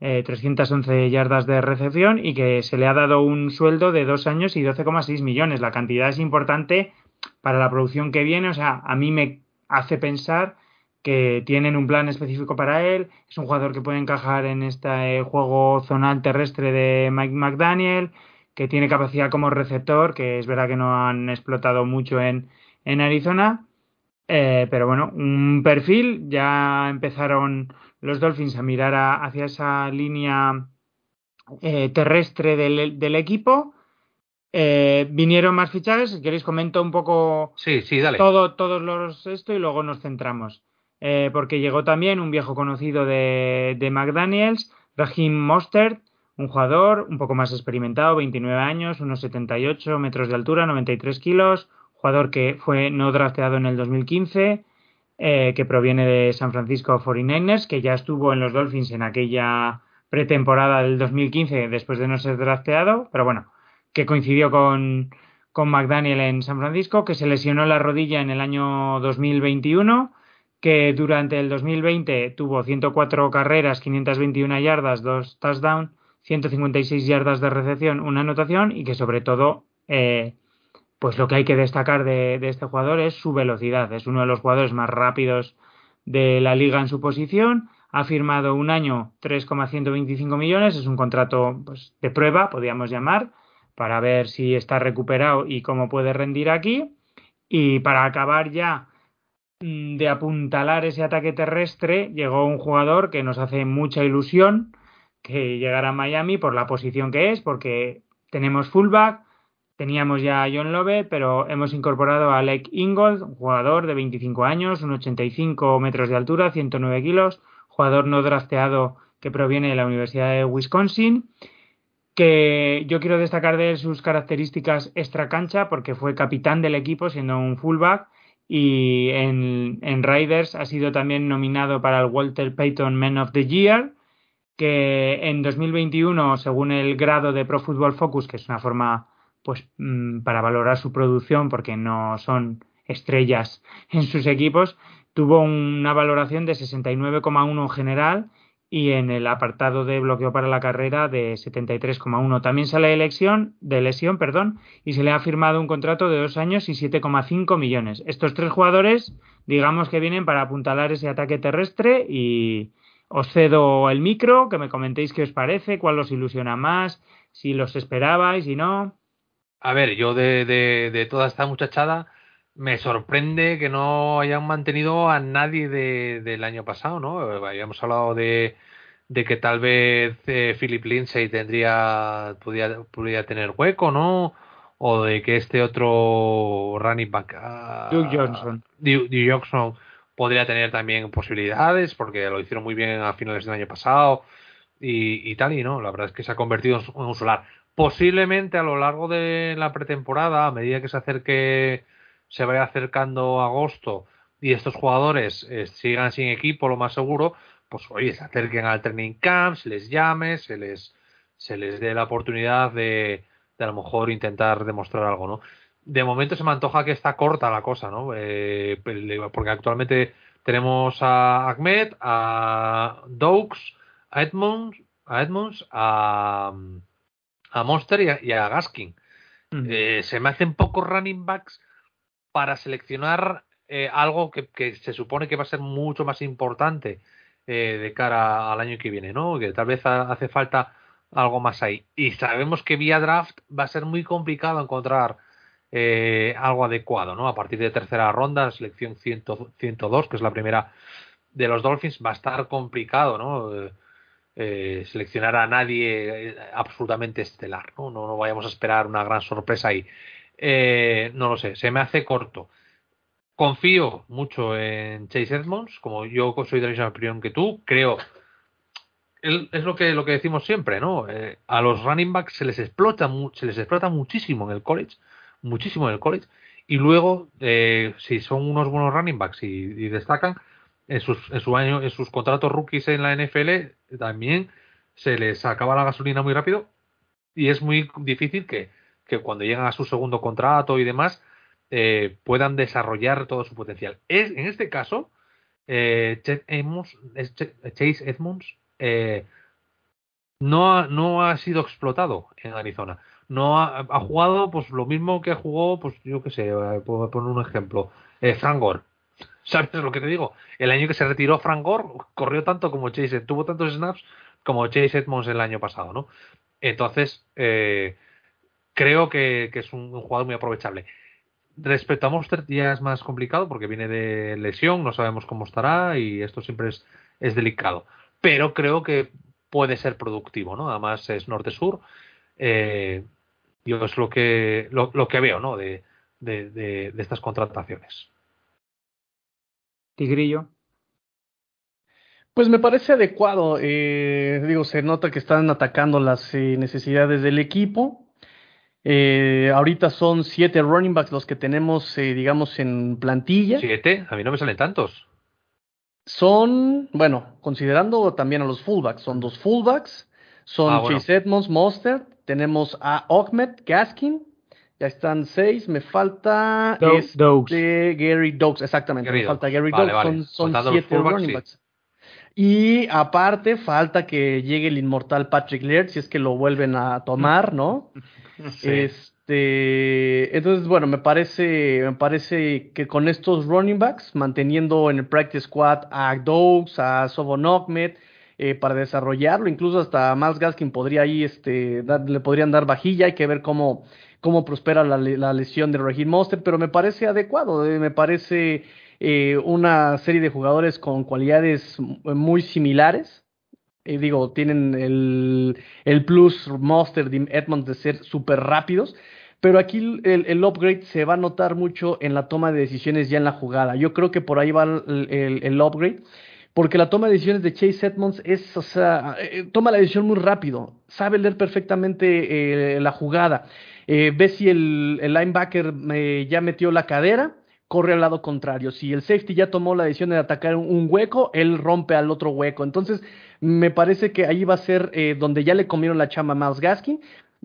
311 yardas de recepción y que se le ha dado un sueldo de 2 años y 12,6 millones. La cantidad es importante para la producción que viene. O sea, a mí me hace pensar que tienen un plan específico para él. Es un jugador que puede encajar en este juego zonal terrestre de Mike McDaniel, que tiene capacidad como receptor, que es verdad que no han explotado mucho en Arizona. Pero bueno, un perfil. Ya empezaron los Dolphins a mirar hacia esa línea terrestre del equipo. Vinieron más fichajes. Si queréis comento un poco Sí, dale. todos los esto y luego nos centramos. Porque llegó también un viejo conocido de McDaniels, Raheem Mostert, un jugador un poco más experimentado, 29 años, unos 78 metros de altura, 93 kilos, jugador que fue no drafteado en el 2015, que proviene de San Francisco 49ers, que ya estuvo en los Dolphins en aquella pretemporada del 2015 después de no ser drafteado, pero bueno, que coincidió con McDaniel en San Francisco, que se lesionó la rodilla en el año 2021, que durante el 2020 tuvo 104 carreras, 521 yardas, 2 touchdowns, 156 yardas de recepción, una anotación y que sobre todo pues lo que hay que destacar de este jugador es su velocidad. Es uno de los jugadores más rápidos de la liga en su posición. Ha firmado un año 3,125 millones. Es un contrato pues, de prueba, podríamos llamar, para ver si está recuperado y cómo puede rendir aquí. Y para acabar ya de apuntalar ese ataque terrestre, llegó un jugador que nos hace mucha ilusión que llegara a Miami por la posición que es, porque tenemos fullback, teníamos ya a John Love, pero hemos incorporado a Alec Ingold, un jugador de 25 años, un 85 metros de altura, 109 kilos, jugador no drafteado que proviene de la Universidad de Wisconsin, que yo quiero destacar de él sus características extra cancha porque fue capitán del equipo siendo un fullback y en Raiders ha sido también nominado para el Walter Payton Man of the Year, que en 2021, según el grado de Pro Football Focus, que es una forma pues para valorar su producción porque no son estrellas en sus equipos, tuvo una valoración de 69,1 en general y en el apartado de bloqueo para la carrera de 73,1. También sale de lesión, y se le ha firmado un contrato de 2 años y 7,5 millones. Estos 3 jugadores, digamos que vienen para apuntalar ese ataque terrestre y os cedo el micro, que me comentéis qué os parece, cuál os ilusiona más, si los esperabais y no. A ver, yo de toda esta muchachada me sorprende que no hayan mantenido a nadie del año pasado, ¿no? Habíamos hablado de que tal vez Philip Lindsay podría tener hueco, ¿no? O de que este otro running back, Duke Johnson. Duke Johnson, podría tener también posibilidades, porque lo hicieron muy bien a finales del año pasado y tal, y no, la verdad es que se ha convertido en un solar. Posiblemente a lo largo de la pretemporada, a medida que se vaya acercando agosto y estos jugadores sigan sin equipo, lo más seguro, pues oye, se acerquen al training camp, se les llame, se les dé la oportunidad de a lo mejor intentar demostrar algo, ¿no? De momento se me antoja que está corta la cosa, ¿no? Porque actualmente tenemos a Ahmed, a Doaks, a Edmonds, a Monster y a Gaskin. Se me hacen pocos running backs para seleccionar algo que se supone que va a ser mucho más importante de cara al año que viene, ¿no? Que tal vez hace falta algo más ahí. Y sabemos que vía draft va a ser muy complicado encontrar algo adecuado, ¿no? A partir de tercera ronda, selección 102, que es la primera de los Dolphins, va a estar complicado, ¿no? Seleccionar a nadie absolutamente estelar, ¿no? No vayamos a esperar una gran sorpresa ahí. No lo sé, se me hace corto. Confío mucho en Chase Edmonds, como yo soy de la misma opinión que tú, creo. Es lo que decimos siempre, ¿no? A los running backs se les explota muchísimo en el college, muchísimo en el college. Y luego, si son unos buenos running backs y destacan, en sus contratos rookies en la NFL también se les acaba la gasolina muy rápido y es muy difícil que cuando llegan a su segundo contrato y demás puedan desarrollar todo su potencial. En este caso, Chase Edmonds no ha sido explotado en Arizona. No ha jugado pues lo mismo que jugó, pues yo qué sé, puedo poner un ejemplo, Frank Gore. ¿Sabes lo que te digo? El año que se retiró Frank Gore corrió tanto como Chase, tuvo tantos snaps como Chase Edmonds el año pasado, ¿no? Entonces, creo que es un jugador muy aprovechable. Respecto a Mostert ya es más complicado porque viene de lesión, no sabemos cómo estará y esto siempre es delicado. Pero creo que puede ser productivo, ¿no? Además es norte-sur. Yo es lo que veo, ¿no? De estas contrataciones. Tigrillo. Pues me parece adecuado. Se nota que están atacando las necesidades del equipo. Ahorita son 7 running backs los que tenemos, digamos, en plantilla. 7, a mí no me salen tantos. Son, bueno, considerando también a los fullbacks, son 2 fullbacks, son bueno. Chase Edmonds, Mostert, tenemos a Ahmed, Gaskin, ya están 6, me falta Gary Doaks, exactamente, me falta Gary Doaks, vale. Son 7 running backs. Y aparte falta que llegue el inmortal Patrick Laird, si es que lo vuelven a tomar, ¿no? Sí. Entonces, bueno, me parece que con estos running backs, manteniendo en el practice squad a Doaks, a Sobon Ahmed, para desarrollarlo, incluso hasta Myles Gaskin podría ahí, le podrían dar vajilla, hay que ver cómo prospera la lesión de Raheem Mostert, pero me parece adecuado, me parece una serie de jugadores con cualidades muy similares. Tienen el plus Mostert y Edmonds de ser súper rápidos, pero aquí el upgrade se va a notar mucho en la toma de decisiones ya en la jugada. Yo creo que por ahí va el upgrade, porque la toma de decisiones de Chase Edmonds toma la decisión muy rápido, sabe leer perfectamente la jugada, ve si el linebacker ya metió la cadera, corre al lado contrario. Si el safety ya tomó la decisión de atacar un hueco, él rompe al otro hueco. Entonces, me parece que ahí va a ser donde ya le comieron la chamba a Myles Gaskin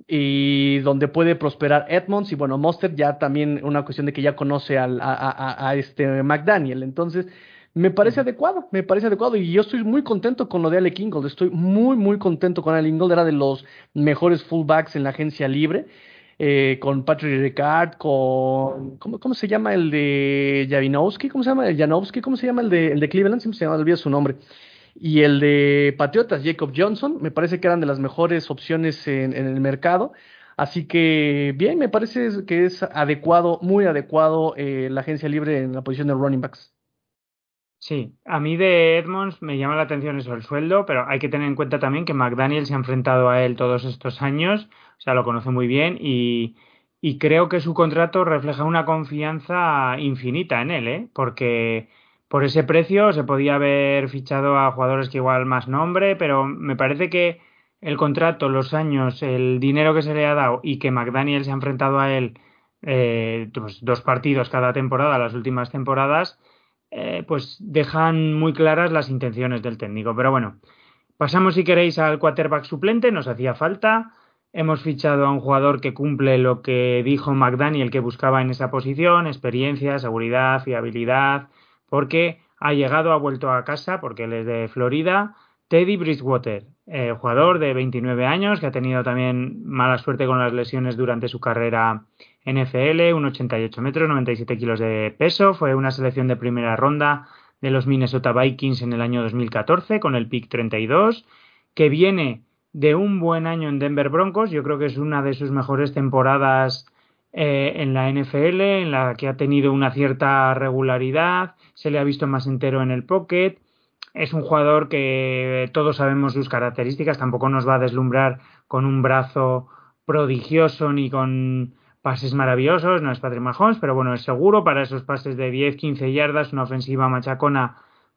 y donde puede prosperar Edmonds. Y bueno, Mostert ya también una cuestión de que ya conoce a McDaniel. Entonces, me parece adecuado. Y yo estoy muy contento con lo de Alec Ingold. Estoy muy, muy contento con Alec Ingold. Era de los mejores fullbacks en la agencia libre. Con Patrick Ricard, con ¿cómo se llama el de Javinowski? ¿Cómo se llama el Janowski? ¿Cómo se llama el de Cleveland? Siempre se me olvida su nombre. Y el de Patriotas, Jacob Johnson, me parece que eran de las mejores opciones en el mercado. Así que bien, me parece que es adecuado, muy adecuado la agencia libre en la posición de running backs. Sí, a mí de Edmonds me llama la atención eso, el sueldo, pero hay que tener en cuenta también que McDaniel se ha enfrentado a él todos estos años, o sea, lo conoce muy bien y creo que su contrato refleja una confianza infinita en él, porque por ese precio se podía haber fichado a jugadores que igual más nombre, pero me parece que el contrato, los años, el dinero que se le ha dado y que McDaniel se ha enfrentado a él pues 2 partidos cada temporada, las últimas temporadas, pues dejan muy claras las intenciones del técnico. Pero bueno, pasamos si queréis al quarterback suplente, nos hacía falta. Hemos fichado a un jugador que cumple lo que dijo McDaniel que buscaba en esa posición, experiencia, seguridad, fiabilidad, porque ha vuelto a casa, porque él es de Florida, Teddy Bridgewater, jugador de 29 años que ha tenido también mala suerte con las lesiones durante su carrera NFL, un 88 metros, 97 kilos de peso, fue una selección de primera ronda de los Minnesota Vikings en el año 2014 con el pick 32, que viene de un buen año en Denver Broncos, yo creo que es una de sus mejores temporadas en la NFL, en la que ha tenido una cierta regularidad, se le ha visto más entero en el pocket. Es un jugador que todos sabemos sus características, tampoco nos va a deslumbrar con un brazo prodigioso ni con pases maravillosos, no es Patrick Mahomes, pero bueno, es seguro para esos pases de 10-15 yardas, una ofensiva machacona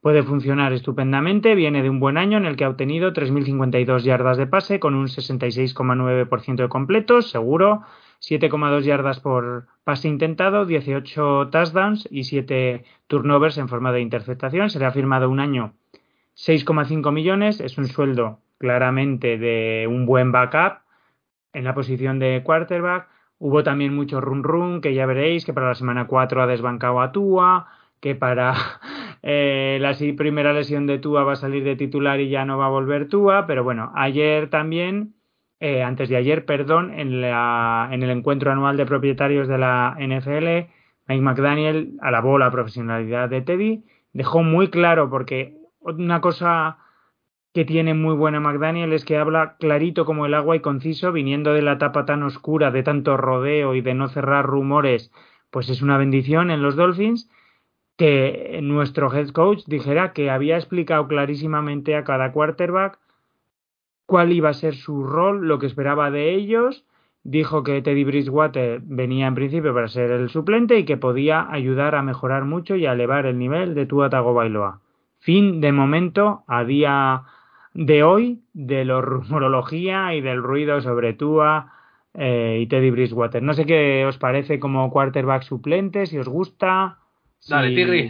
puede funcionar estupendamente. Viene de un buen año en el que ha obtenido 3.052 yardas de pase con un 66,9% de completos, seguro, 7,2 yardas por pase intentado, 18 touchdowns y 7 turnovers en forma de interceptación. Se le ha firmado un año 6,5 millones, es un sueldo claramente de un buen backup en la posición de quarterback. Hubo también mucho run, que ya veréis que para la semana 4 ha desbancado a Tua, que para la primera lesión de Tua va a salir de titular y ya no va a volver Tua, pero bueno, ayer también, antes de ayer, perdón, en el encuentro anual de propietarios de la NFL, Mike McDaniel alabó la profesionalidad de Teddy, dejó muy claro, porque una cosa que tiene muy buena McDaniel es que habla clarito como el agua y conciso, viniendo de la etapa tan oscura de tanto rodeo y de no cerrar rumores, pues es una bendición en los Dolphins. Que nuestro head coach dijera que había explicado clarísimamente a cada quarterback cuál iba a ser su rol, lo que esperaba de ellos. Dijo que Teddy Bridgewater venía en principio para ser el suplente y que podía ayudar a mejorar mucho y a elevar el nivel de Tua Tagovailoa. Fin de momento, a día de hoy, de la rumorología y del ruido sobre Tua y Teddy Bridgewater. No sé qué os parece como quarterback suplente, si os gusta. Dale, Tigri.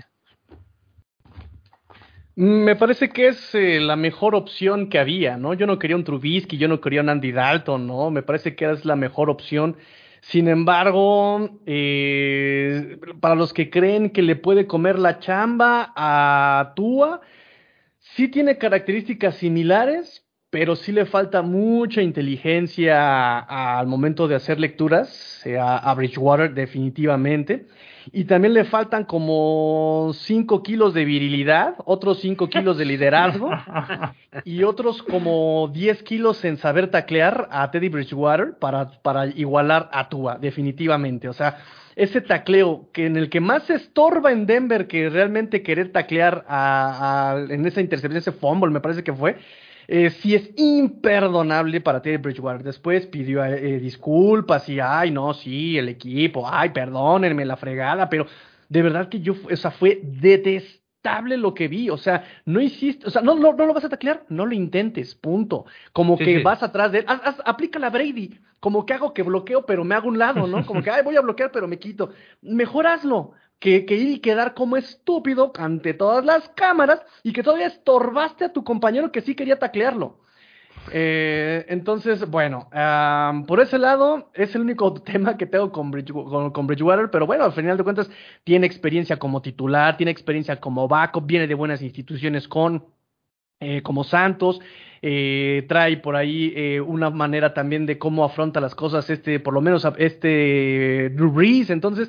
Me parece que es la mejor opción que había, ¿no? Yo no quería un Trubisky, yo no quería un Andy Dalton, ¿no? Me parece que es la mejor opción. Sin embargo, para los que creen que le puede comer la chamba a Tua, sí tiene características similares, pero sí le falta mucha inteligencia al momento de hacer lecturas, a Bridgewater definitivamente. Y también le faltan como 5 kilos de virilidad, otros 5 kilos de liderazgo y otros como 10 kilos en saber taclear a Teddy Bridgewater para igualar a Tua, definitivamente. O sea, ese tacleo que en el que más se estorba en Denver que realmente querer taclear en esa intercepción, ese fumble me parece que fue, sí es imperdonable para Teddy Bridgewater. Después pidió disculpas y, ay, no, sí, el equipo, ay, perdónenme la fregada, pero de verdad que fue detestable lo que vi. O sea, no hiciste, o sea, no lo vas a taclear, no lo intentes, punto. Como que vas atrás de él, aplica la Brady, como que hago que bloqueo, pero me hago un lado, ¿no? Como que, ay, voy a bloquear, pero me quito. Mejor hazlo. Que ir y quedar como estúpido ante todas las cámaras y que todavía estorbaste a tu compañero que sí quería taclearlo. Entonces, bueno, por ese lado es el único tema que tengo con Bridgewater, pero bueno, al final de cuentas tiene experiencia como titular, tiene experiencia como backup, viene de buenas instituciones como Santos, trae por ahí una manera también de cómo afronta las cosas, por lo menos Drew Brees. Entonces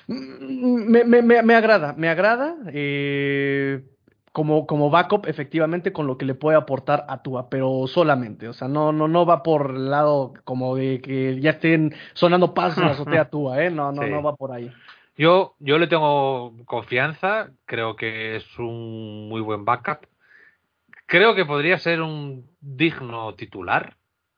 me agrada como backup, efectivamente, con lo que le puede aportar a Tua, pero solamente, o sea, no va por el lado como de que ya estén sonando pasos en la azotea a Tua, no va por ahí. Yo le tengo confianza, creo que es un muy buen backup, creo que podría ser un digno titular,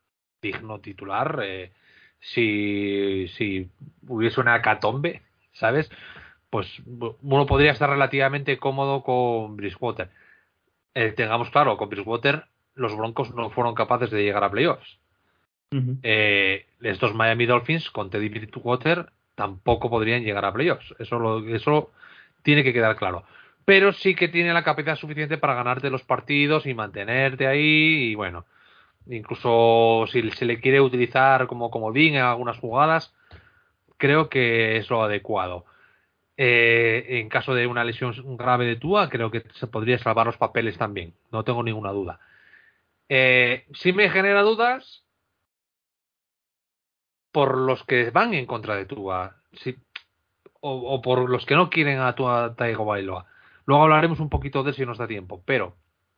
si hubiese una hecatombe, ¿sabes? Pues uno podría estar relativamente cómodo con Bridgewater. Tengamos claro, con Bridgewater los Broncos no fueron capaces de llegar a playoffs. Uh-huh. Estos Miami Dolphins con Teddy Bridgewater tampoco podrían llegar a playoffs. Eso tiene que quedar claro. Pero sí que tiene la capacidad suficiente para ganarte los partidos y mantenerte ahí. Y bueno, incluso si se le quiere utilizar como comodín en algunas jugadas, creo que es lo adecuado. En caso de una lesión grave de Tua, creo que se podría salvar los papeles también, no tengo ninguna duda. Sí me genera dudas por los que van en contra de Tua, o por los que no quieren a Tua Tagovailoa. Luego hablaremos un poquito de eso si nos da tiempo, pero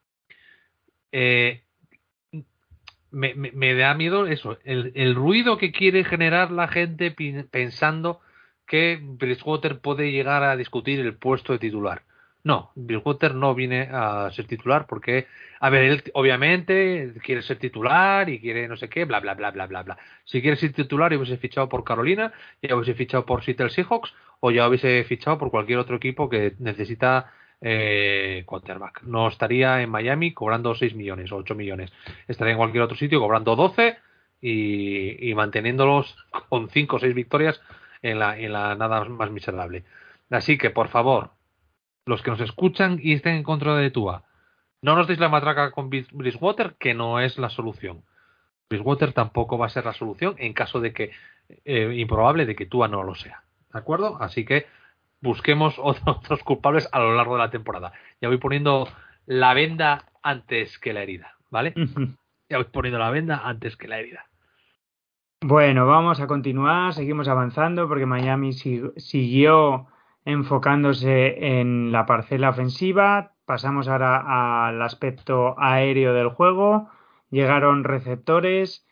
me da miedo eso, el ruido que quiere generar la gente pensando que Bridgewater puede llegar a discutir el puesto de titular. No, Bridgewater no viene a ser titular porque, a ver, él obviamente quiere ser titular y quiere no sé qué, bla, bla, bla, bla, bla, bla. Si quiere ser titular, ya hubiese fichado por Carolina, ya hubiese fichado por Seattle Seahawks o ya hubiese fichado por cualquier otro equipo que necesita quarterback. No estaría en Miami cobrando 6 millones o 8 millones. Estaría en cualquier otro sitio cobrando 12 y manteniéndolos con 5 o 6 victorias en la nada más miserable. Así que, por favor, los que nos escuchan y estén en contra de Tua, no nos deis la matraca con Bridgewater, que no es la solución. Bridgewater tampoco va a ser la solución en caso de que, improbable de que Tua no lo sea. ¿De acuerdo? Así que busquemos otros culpables a lo largo de la temporada. Ya voy poniendo la venda antes que la herida, ¿vale? Ya voy poniendo la venda antes que la herida. Bueno, vamos a continuar, seguimos avanzando porque Miami siguió enfocándose en la parcela ofensiva. Pasamos ahora al aspecto aéreo del juego. Llegaron receptores.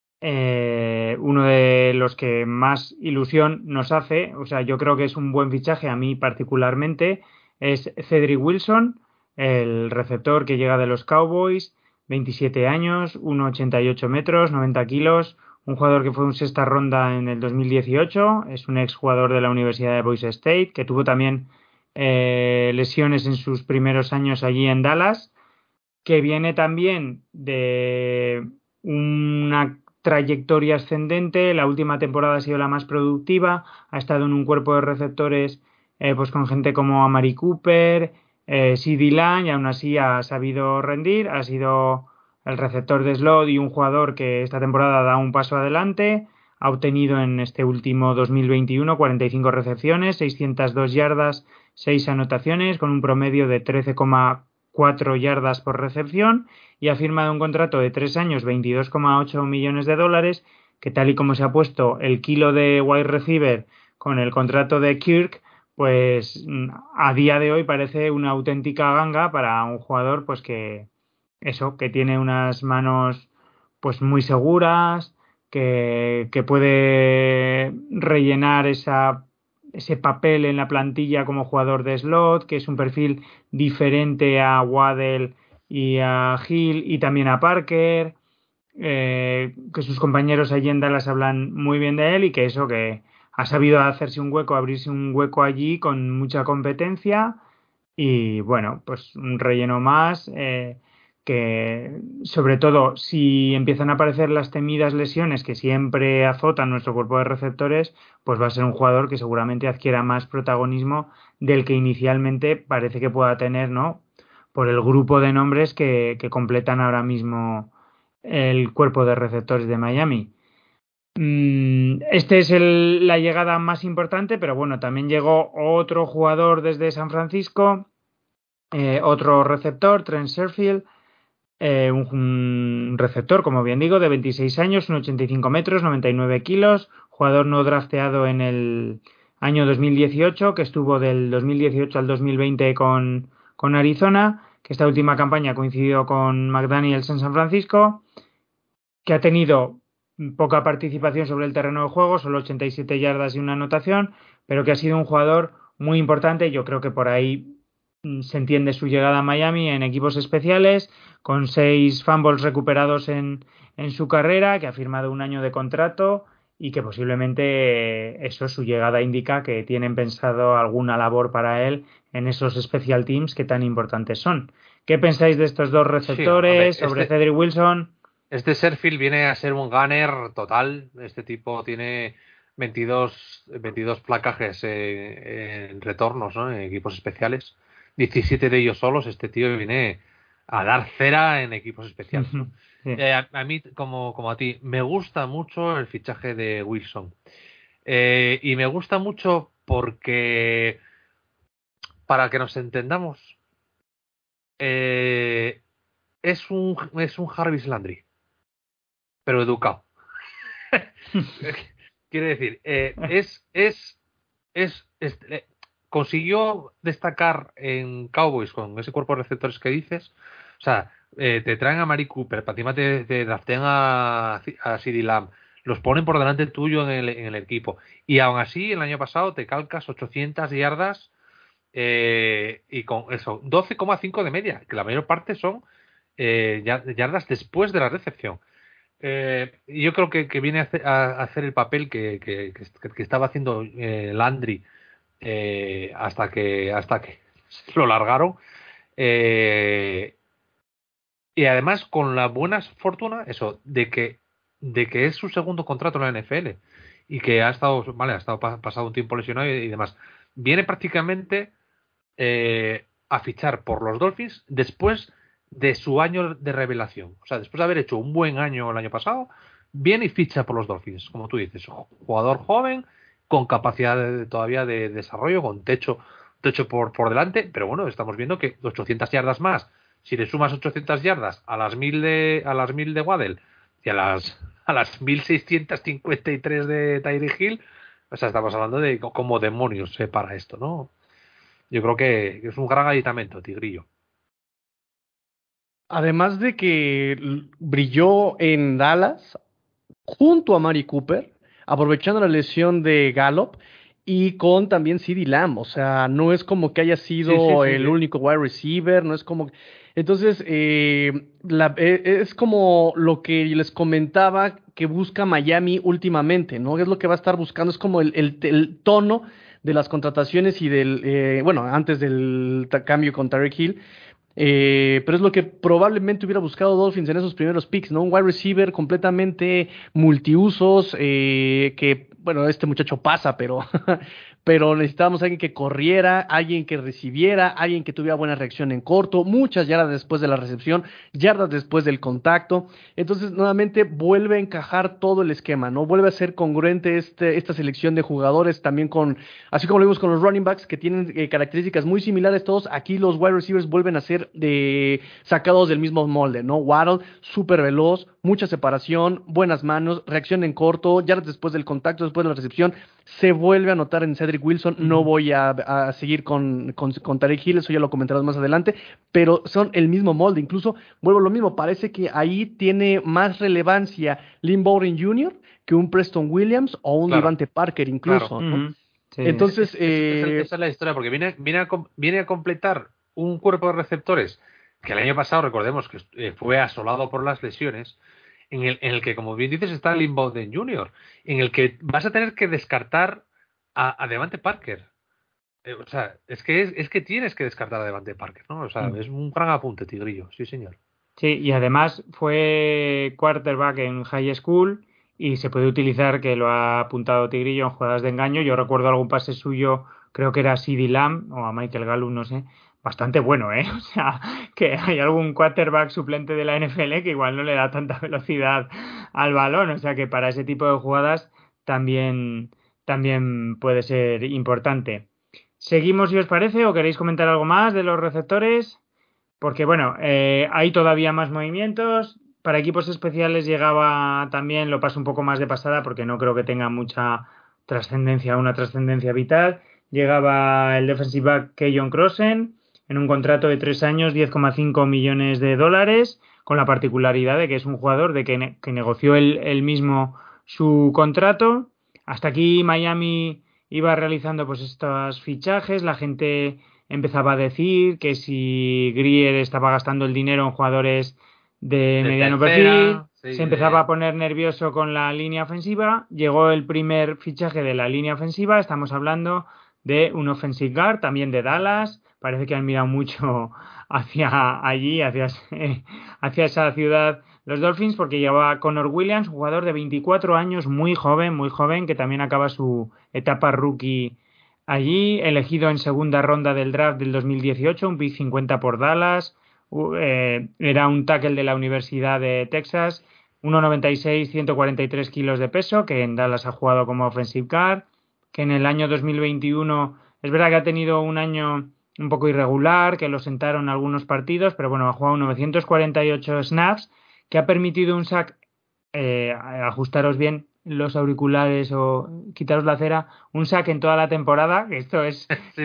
Uno de los que más ilusión nos hace, o sea, yo creo que es un buen fichaje a mí particularmente, es Cedric Wilson, el receptor que llega de los Cowboys, 27 años, 1,88 metros, 90 kilos, un jugador que fue un sexta ronda en el 2018, es un exjugador de la Universidad de Boise State, que tuvo también lesiones en sus primeros años allí en Dallas, que viene también de una trayectoria ascendente. La última temporada ha sido la más productiva, ha estado en un cuerpo de receptores pues con gente como Amari Cooper, CeeDee Lamb, y aún así ha sabido rendir, ha sido el receptor de slot y un jugador que esta temporada da un paso adelante. Ha obtenido en este último 2021 45 recepciones, 602 yardas, 6 anotaciones, con un promedio de 13,4 yardas por recepción, y ha firmado un contrato de 3 años, 22,8 millones de dólares, que tal y como se ha puesto el kilo de wide receiver con el contrato de Kirk, pues a día de hoy parece una auténtica ganga para un jugador pues que tiene unas manos pues muy seguras, que puede rellenar ese papel en la plantilla como jugador de slot, que es un perfil diferente a Waddle y a Hill y también a Parker, que sus compañeros allí en Dallas hablan muy bien de él, y que ha sabido hacerse un hueco, abrirse un hueco allí con mucha competencia. Y bueno, pues un relleno más, que sobre todo si empiezan a aparecer las temidas lesiones que siempre azotan nuestro cuerpo de receptores, pues va a ser un jugador que seguramente adquiera más protagonismo del que inicialmente parece que pueda tener, ¿no? Por el grupo de nombres que completan ahora mismo el cuerpo de receptores de Miami. Este es la llegada más importante, pero bueno, también llegó otro jugador desde San Francisco, otro receptor, Trent Sherfield, un receptor, como bien digo, de 26 años, 1,85 metros, 99 kilos, jugador no drafteado en el año 2018, que estuvo del 2018 al 2020 con Arizona, que esta última campaña coincidió con McDaniels en San Francisco, que ha tenido poca participación sobre el terreno de juego, solo 87 yardas y una anotación, pero que ha sido un jugador muy importante. Yo creo que por ahí se entiende su llegada a Miami en equipos especiales, con 6 fumbles recuperados en su carrera, que ha firmado un año de contrato y que posiblemente su llegada indica que tienen pensado alguna labor para él en esos special teams que tan importantes son. ¿Qué pensáis de estos dos receptores, sobre Cedric Wilson? Este Sherfield viene a ser un gunner total. Este tipo tiene 22 placajes en retornos, ¿no? En equipos especiales. 17 de ellos solos. Este tío viene a dar cera en equipos especiales, ¿no? Sí. A mí, como a ti, me gusta mucho el fichaje de Wilson. Y me gusta mucho porque, para que nos entendamos, es un Jarvis Landry, pero educado. Quiere decir, consiguió destacar en Cowboys con ese cuerpo de receptores que dices. O sea, te traen a Mari Cooper, para encima te draftean a CeeDee Lamb, los ponen por delante tuyo en el equipo, y aún así el año pasado te calcas 800 yardas y con eso 12,5 de media, que la mayor parte son yardas después de la recepción. Yo creo que viene a hacer el papel que estaba haciendo Landry hasta que se lo largaron. Y además con la buena fortuna, eso, de que es su segundo contrato en la NFL y que ha estado pasado un tiempo lesionado y demás. Viene prácticamente a fichar por los Dolphins después de su año de revelación. O sea, después de haber hecho un buen año el año pasado, viene y ficha por los Dolphins, como tú dices, jugador joven, con capacidad todavía de desarrollo, con techo por delante, pero bueno, estamos viendo que 800 yardas más, si le sumas 800 yardas a las 1000 de Waddle y a las 1653 de Tyreek Hill, o sea, estamos hablando de cómo demonios se para esto, ¿no? Yo creo que es un gran aditamento, Tigrillo. Además de que brilló en Dallas junto a Mari Cooper, aprovechando la lesión de Gallup y con también CeeDee Lamb. O sea, no es como que haya sido el único wide receiver, no es como... Entonces, es como lo que les comentaba que busca Miami últimamente, ¿no? Es lo que va a estar buscando, es como el tono de las contrataciones y antes del cambio con Tyreek Hill. Pero es lo que probablemente hubiera buscado Dolphins en esos primeros picks, ¿no? Un wide receiver completamente multiusos, que, bueno, este muchacho pasa, pero pero necesitábamos a alguien que corriera, alguien que recibiera, alguien que tuviera buena reacción en corto, muchas yardas después de la recepción, yardas después del contacto. Entonces, nuevamente, vuelve a encajar todo el esquema, ¿no? Vuelve a ser congruente esta selección de jugadores también así como lo vimos con los running backs, que tienen características muy similares todos, aquí los wide receivers vuelven a ser sacados del mismo molde, ¿no? Waddle, súper veloz, mucha separación, buenas manos, reacción en corto, yardas después del contacto, después de la recepción, se vuelve a notar en Cedric Wilson. No voy a seguir con Tyreek Hill, eso ya lo comentarás más adelante, pero son el mismo molde. Incluso, vuelvo a lo mismo, parece que ahí tiene más relevancia Lynn Bowden Jr. que un Preston Williams o un Devante Parker incluso, claro. ¿no? Sí. Entonces, esa es la historia, porque viene a completar un cuerpo de receptores que el año pasado, recordemos que fue asolado por las lesiones, en el que, como bien dices, está Lynn Bowden Jr., en el que vas a tener que descartar a Devante Parker. O sea, es que tienes que descartar a Devante Parker, ¿no? O sea, es un gran apunte, Tigrillo, sí, señor. Sí, y además fue quarterback en high school y se puede utilizar, que lo ha apuntado Tigrillo, en jugadas de engaño. Yo recuerdo algún pase suyo, creo que era a CeeDee Lamb o a Michael Gallup, no sé, bastante bueno, ¿eh? O sea, que hay algún quarterback suplente de la NFL que igual no le da tanta velocidad al balón, o sea que para ese tipo de jugadas también puede ser importante. ¿Seguimos si os parece o queréis comentar algo más de los receptores? Porque bueno, hay todavía más movimientos. Para equipos especiales llegaba también, lo paso un poco más de pasada porque no creo que tenga mucha trascendencia, una trascendencia vital. Llegaba el defensive back Keyon Crossen en un contrato de 3 años, $10,5 millones, con la particularidad de que es un jugador de que negoció él mismo su contrato. Hasta aquí Miami iba realizando pues estos fichajes, la gente empezaba a decir que si Grier estaba gastando el dinero en jugadores de mediano perfil, se empezaba a poner nervioso con la línea ofensiva. Llegó el primer fichaje de la línea ofensiva, estamos hablando de un offensive guard, también de Dallas. Parece que han mirado mucho hacia allí, hacia esa ciudad, los Dolphins, porque llevaba Connor Williams, jugador de 24 años, muy joven, que también acaba su etapa rookie allí, elegido en segunda ronda del draft del 2018, un pick 50 por Dallas. Era un tackle de la Universidad de Texas, 1,96, 143 kilos de peso, que en Dallas ha jugado como offensive guard, que en el año 2021 es verdad que ha tenido un año un poco irregular, que lo sentaron algunos partidos, pero bueno, ha jugado 948 snaps, que ha permitido un sack, ajustaros bien los auriculares o quitaros la cera, un sack en toda la temporada, que esto es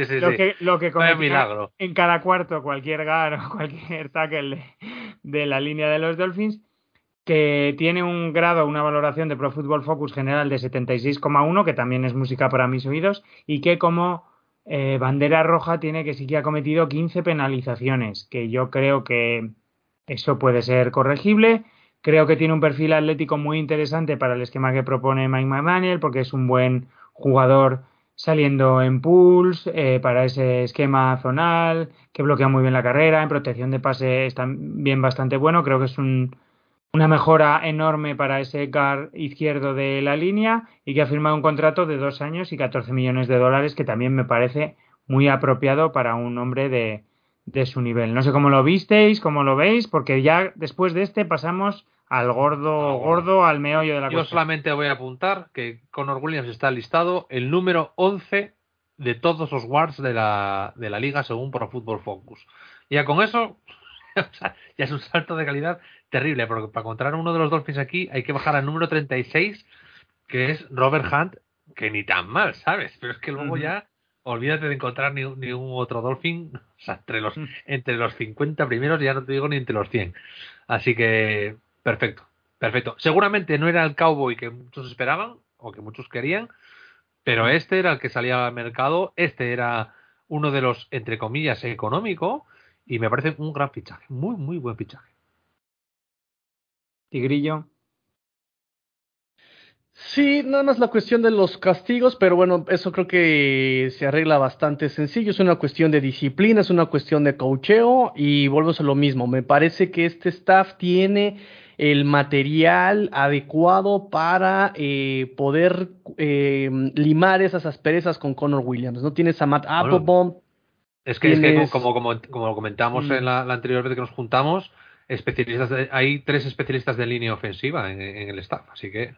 lo que comete en cada cuarto cualquier guard o cualquier tackle de la línea de los Dolphins, que tiene un grado, una valoración de Pro Football Focus general de 76,1, que también es música para mis oídos, y que como bandera roja tiene que sí que ha cometido 15 penalizaciones, que yo creo que eso puede ser corregible. Creo que tiene un perfil atlético muy interesante para el esquema que propone Mike McDaniel, porque es un buen jugador saliendo en pools para ese esquema zonal, que bloquea muy bien la carrera, en protección de pase está bien bastante bueno, creo que es una mejora enorme para ese guard izquierdo de la línea y que ha firmado un contrato de 2 años y 14 millones de dólares, que también me parece muy apropiado para un hombre de su nivel. No sé cómo lo visteis, cómo lo veis, porque ya después de este pasamos al gordo, al meollo de la Yo cuestión. solamente voy a apuntar que Connor Williams está listado el número 11 de todos los guards de la liga según Pro Football Focus. Ya con eso, ya es un salto de calidad terrible, porque para encontrar uno de los Dolphins aquí hay que bajar al número 36, que es Robert Hunt, que ni tan mal, ¿sabes? Pero es que luego ya olvídate de encontrar ni un otro Dolphin, o sea, entre los 50 primeros, ya no te digo ni entre los 100. Así que, perfecto. Seguramente no era el cowboy que muchos esperaban, o que muchos querían, pero este era el que salía al mercado, este era uno de los, entre comillas, económico, y me parece un gran fichaje, muy, muy buen fichaje. Tigrillo. Sí, nada más la cuestión de los castigos, pero bueno, eso creo que se arregla bastante sencillo. Es una cuestión de disciplina, es una cuestión de coacheo y volvemos a lo mismo. Me parece que este staff tiene el material adecuado para poder limar esas asperezas con Connor Williams. No tienes a Matt Applebaum. Es que tienes... como lo comentamos en la anterior vez que nos juntamos, hay 3 especialistas de línea ofensiva en el staff, así que...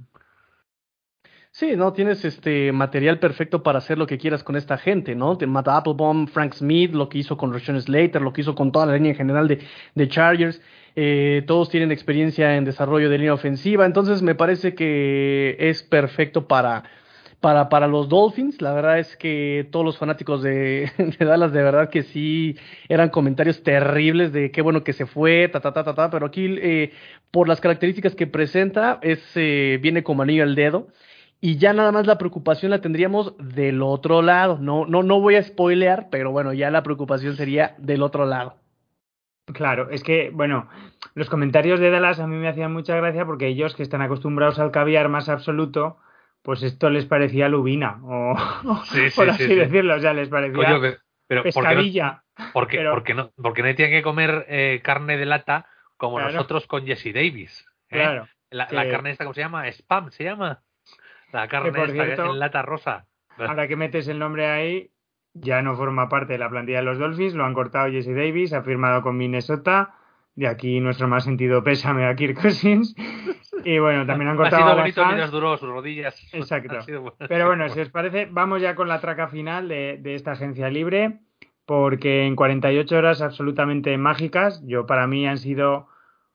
Sí, no, tienes material perfecto para hacer lo que quieras con esta gente, ¿no? Matt Applebaum, Frank Smith, lo que hizo con Rashawn Slater, lo que hizo con toda la línea en general de Chargers. Todos tienen experiencia en desarrollo de línea ofensiva, entonces me parece que es perfecto para los Dolphins. La verdad es que todos los fanáticos de Dallas, de verdad que sí, eran comentarios terribles de qué bueno que se fue, pero aquí por las características que presenta, viene como anillo al dedo. Y ya nada más la preocupación la tendríamos del otro lado. No voy a spoilear, pero bueno, ya la preocupación sería del otro lado. Claro, es que, bueno, los comentarios de Dallas a mí me hacían mucha gracia porque ellos, que están acostumbrados al caviar más absoluto, pues esto les parecía lubina, por así decirlo, o sea, les parecía pescadilla. Porque nadie tiene que comer carne de lata como nosotros con Jesse Davis. Claro. La carne esta, ¿cómo se llama? Spam, ¿se llama? La carne esta cierto, en lata rosa. Ahora que metes el nombre ahí, ya no forma parte de la plantilla de los Dolphins, lo han cortado Jesse Davis, ha firmado con Minnesota, de aquí nuestro más sentido pésame a Kirk Cousins, y bueno, también han cortado ha sido a bonito mientras duró sus rodillas. Exacto. Pero bueno, si os parece, vamos ya con la traca final de esta agencia libre, porque en 48 horas absolutamente mágicas, para mí han sido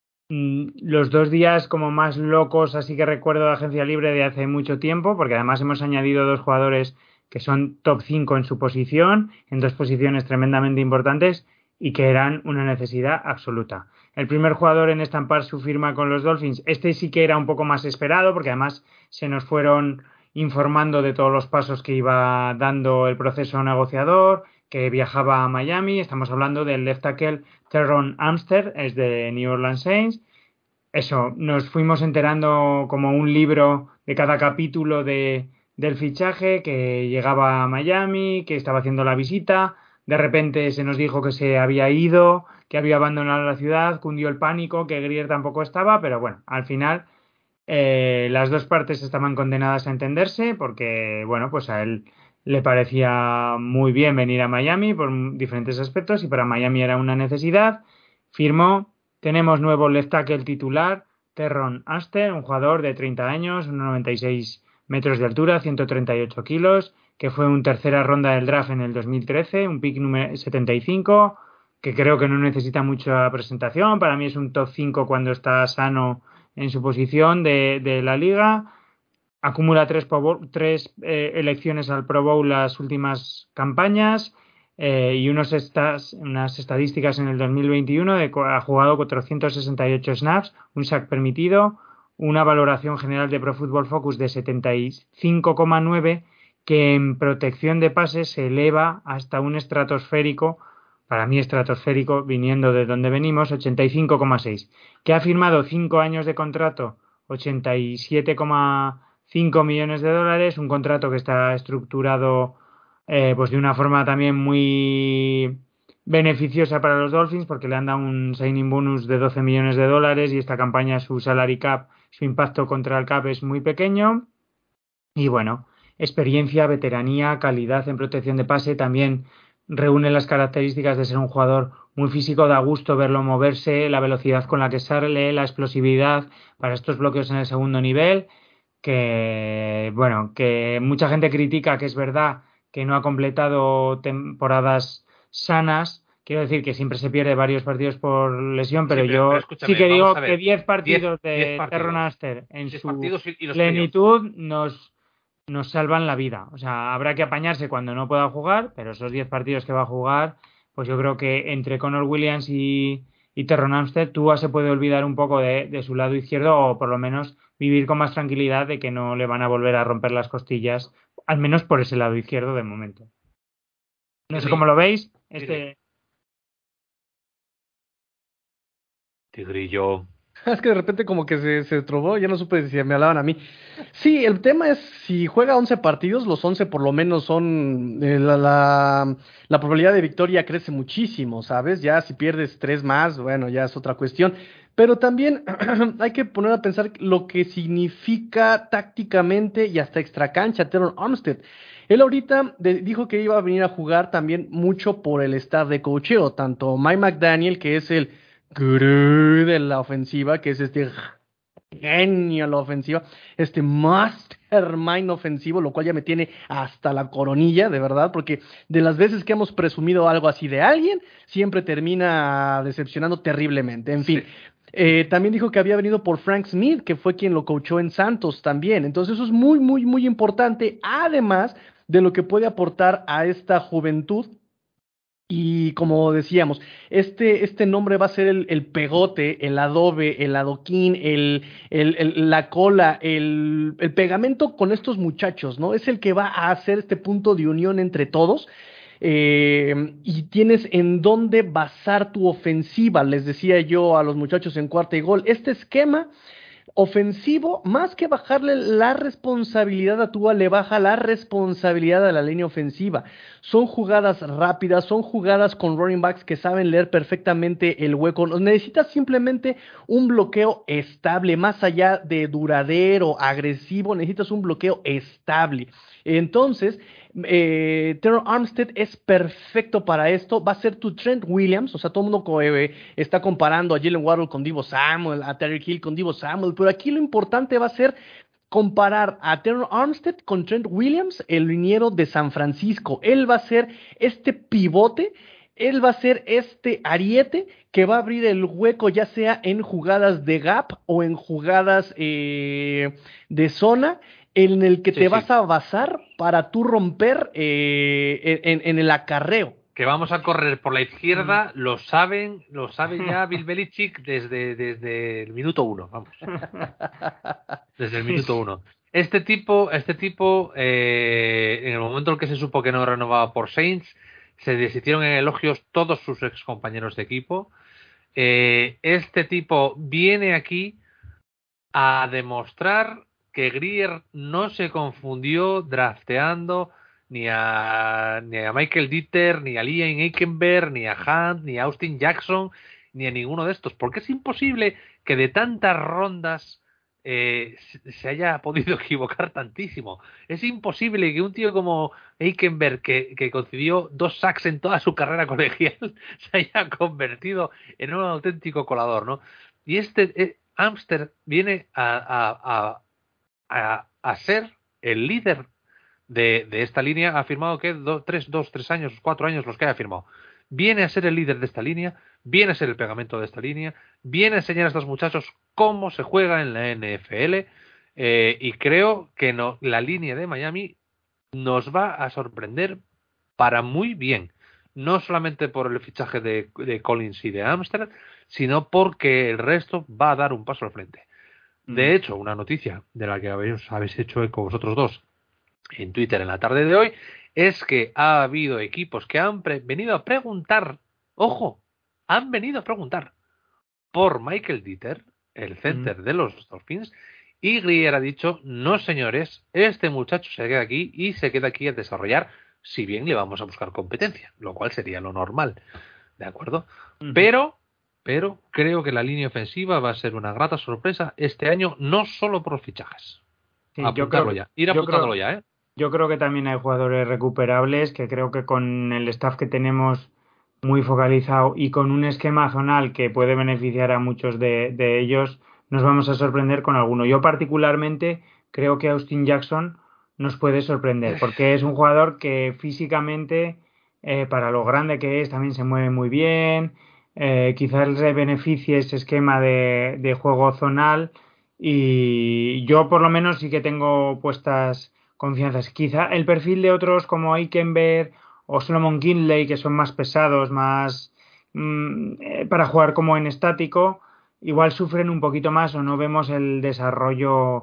los 2 días como más locos, así que recuerdo de agencia libre de hace mucho tiempo, porque además hemos añadido 2 jugadores que son top 5 en su posición, en 2 posiciones tremendamente importantes y que eran una necesidad absoluta. El primer jugador en estampar su firma con los Dolphins, este sí que era un poco más esperado, porque además se nos fueron informando de todos los pasos que iba dando el proceso negociador, que viajaba a Miami. Estamos hablando del left tackle Terron Armstead, es de New Orleans Saints. Eso, nos fuimos enterando como un libro de cada capítulo del fichaje, que llegaba a Miami, que estaba haciendo la visita. De repente se nos dijo que se había ido, que había abandonado la ciudad, cundió el pánico, que Grier tampoco estaba, pero bueno, al final las 2 partes estaban condenadas a entenderse, porque bueno, pues a él le parecía muy bien venir a Miami por diferentes aspectos y para Miami era una necesidad. Firmó. Tenemos nuevo left tackle titular, Terron Armstead, un jugador de 30 años, 1,96 metros de altura, 138 kilos, que fue un tercera ronda del draft en el 2013, un pick número 75, que creo que no necesita mucha presentación. Para mí es un top 5 cuando está sano en su posición de la liga. Acumula 3 elecciones al Pro Bowl las últimas campañas y unas estadísticas en el 2021 ha jugado 468 snaps, un sack permitido, una valoración general de Pro Football Focus de 75,9, que en protección de pases se eleva hasta un estratosférico, para mí estratosférico viniendo de donde venimos, 85,6, que ha firmado 5 años de contrato, 87,5 $5 millones, un contrato que está estructurado pues de una forma también muy beneficiosa para los Dolphins, porque le han dado un signing bonus de $12 millones y esta campaña, su salary cap, su impacto contra el cap es muy pequeño. Y bueno, experiencia, veteranía, calidad en protección de pase, también reúne las características de ser un jugador muy físico, da gusto verlo moverse, la velocidad con la que sale, la explosividad para estos bloqueos en el segundo nivel, que bueno, que mucha gente critica, que es verdad que no ha completado temporadas sanas. Quiero decir que siempre se pierde varios partidos por lesión, pero yo sí que digo que 10 partidos de Terron Armstead en su plenitud nos salvan la vida. O sea, habrá que apañarse cuando no pueda jugar, pero esos 10 partidos que va a jugar, pues yo creo que entre Connor Williams y Terron Armstead, Tua se puede olvidar un poco de su lado izquierdo, o por lo menos vivir con más tranquilidad de que no le van a volver a romper las costillas, al menos por ese lado izquierdo de momento. No sé cómo lo veis. Tigrillo. Es que de repente como que se trobó, ya no supe si me hablaban a mí. Sí, el tema es, si juega 11 partidos, los 11 por lo menos son, la probabilidad de victoria crece muchísimo, ¿sabes? Ya si pierdes 3 más, bueno, ya es otra cuestión. Pero también hay que poner a pensar lo que significa tácticamente y hasta extracancha Terron Armstead. Él ahorita dijo que iba a venir a jugar también mucho por el staff de coacheo, tanto Mike McDaniel, que es el gurú de la ofensiva, que es este genio de la ofensiva, este mastermind ofensivo, lo cual ya me tiene hasta la coronilla, de verdad, porque de las veces que hemos presumido algo así de alguien, siempre termina decepcionando terriblemente. En fin, también dijo que había venido por Frank Smith, que fue quien lo coachó en Santos también. Entonces eso es muy, muy, muy importante, además de lo que puede aportar a esta juventud. Y como decíamos, este nombre va a ser el pegote, el adobe, el adoquín, la cola, el pegamento con estos muchachos, ¿no? Es el que va a hacer este punto de unión entre todos. Y tienes en dónde basar tu ofensiva. Les decía yo a los muchachos en cuarta y gol, este esquema ofensivo, más que bajarle la responsabilidad a Tua, le baja la responsabilidad a la línea ofensiva. Son jugadas rápidas, son jugadas con running backs que saben leer perfectamente el hueco. Necesitas simplemente un bloqueo estable, más allá de duradero, agresivo, necesitas un bloqueo estable. Entonces, Terron Armstead es perfecto para esto. Va a ser tu Trent Williams. O sea, todo el mundo está comparando a Jalen Waddle con Deebo Samuel, a Tyreek Hill con Deebo Samuel, pero aquí lo importante va a ser comparar a Terron Armstead con Trent Williams, el liniero de San Francisco. Él va a ser este pivote, él va a ser este ariete que va a abrir el hueco, ya sea en jugadas de gap o en jugadas de zona, en el que te vas a basar para tú romper en el acarreo. Que vamos a correr por la izquierda, lo sabe ya Bill Belichick desde el minuto 1, vamos. Desde el minuto 1. Este tipo, en el momento en que se supo que no renovaba por Saints, se deshicieron en elogios todos sus ex compañeros de equipo. Este tipo viene aquí a demostrar que Grier no se confundió drafteando ni a Michael Dieter, ni a Liam Eichenberg, ni a Hunt, ni a Austin Jackson, ni a ninguno de estos, porque es imposible que de tantas rondas se haya podido equivocar tantísimo. Es imposible que un tío como Eichenberg, que concedió 2 sacks en toda su carrera colegial, se haya convertido en un auténtico colador, ¿no? Y Armstead viene a ser el líder de esta línea. Ha firmado que 3 años, 4 años los que haya firmado. Viene a ser el líder de esta línea, viene a ser el pegamento de esta línea, viene a enseñar a estos muchachos cómo se juega en la NFL, y creo que la línea de Miami nos va a sorprender para muy bien, no solamente por el fichaje de Collins y de Armstead, sino porque el resto va a dar un paso al frente. De hecho, una noticia de la que habéis hecho eco vosotros dos en Twitter en la tarde de hoy es que ha habido equipos que han venido a preguntar, ojo, han venido a preguntar por Michael Dieter, el center de los Dolphins, Y Grier ha dicho, no señores, este muchacho se queda aquí y se queda aquí a desarrollar, si bien le vamos a buscar competencia, lo cual sería lo normal, ¿de acuerdo? Pero creo que la línea ofensiva va a ser una grata sorpresa este año, no solo por los fichajes. Sí, Apuntarlo ya, ir apuntándolo ya, ¿eh? Yo creo que también hay jugadores recuperables que creo que con el staff que tenemos muy focalizado y con un esquema zonal que puede beneficiar a muchos de ellos, nos vamos a sorprender con alguno. Yo particularmente creo que Austin Jackson nos puede sorprender porque es un jugador que físicamente, para lo grande que es, también se mueve muy bien. Quizás le beneficie ese esquema de juego zonal y yo por lo menos sí que tengo puestas confianzas. Quizá el perfil de otros como Aikenberg o Solomon Kinley, que son más pesados, más para jugar como en estático, igual sufren un poquito más o no vemos el desarrollo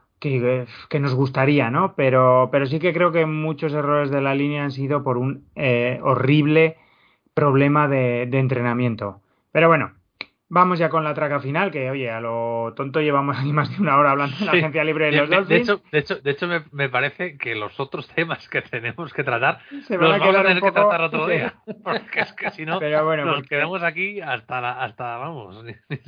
que nos gustaría, ¿no? Pero sí que creo que muchos errores de la línea han sido por un horrible problema de entrenamiento. Pero bueno, vamos ya con la traca final, que oye, a lo tonto llevamos aquí más de una hora hablando de la agencia libre de los Dolphins. De hecho me parece que los otros temas que tenemos que tratar se van los a vamos a quedar tener un poco... que tratar otro día. Porque es que si no, pero bueno, nos porque quedamos aquí hasta vamos.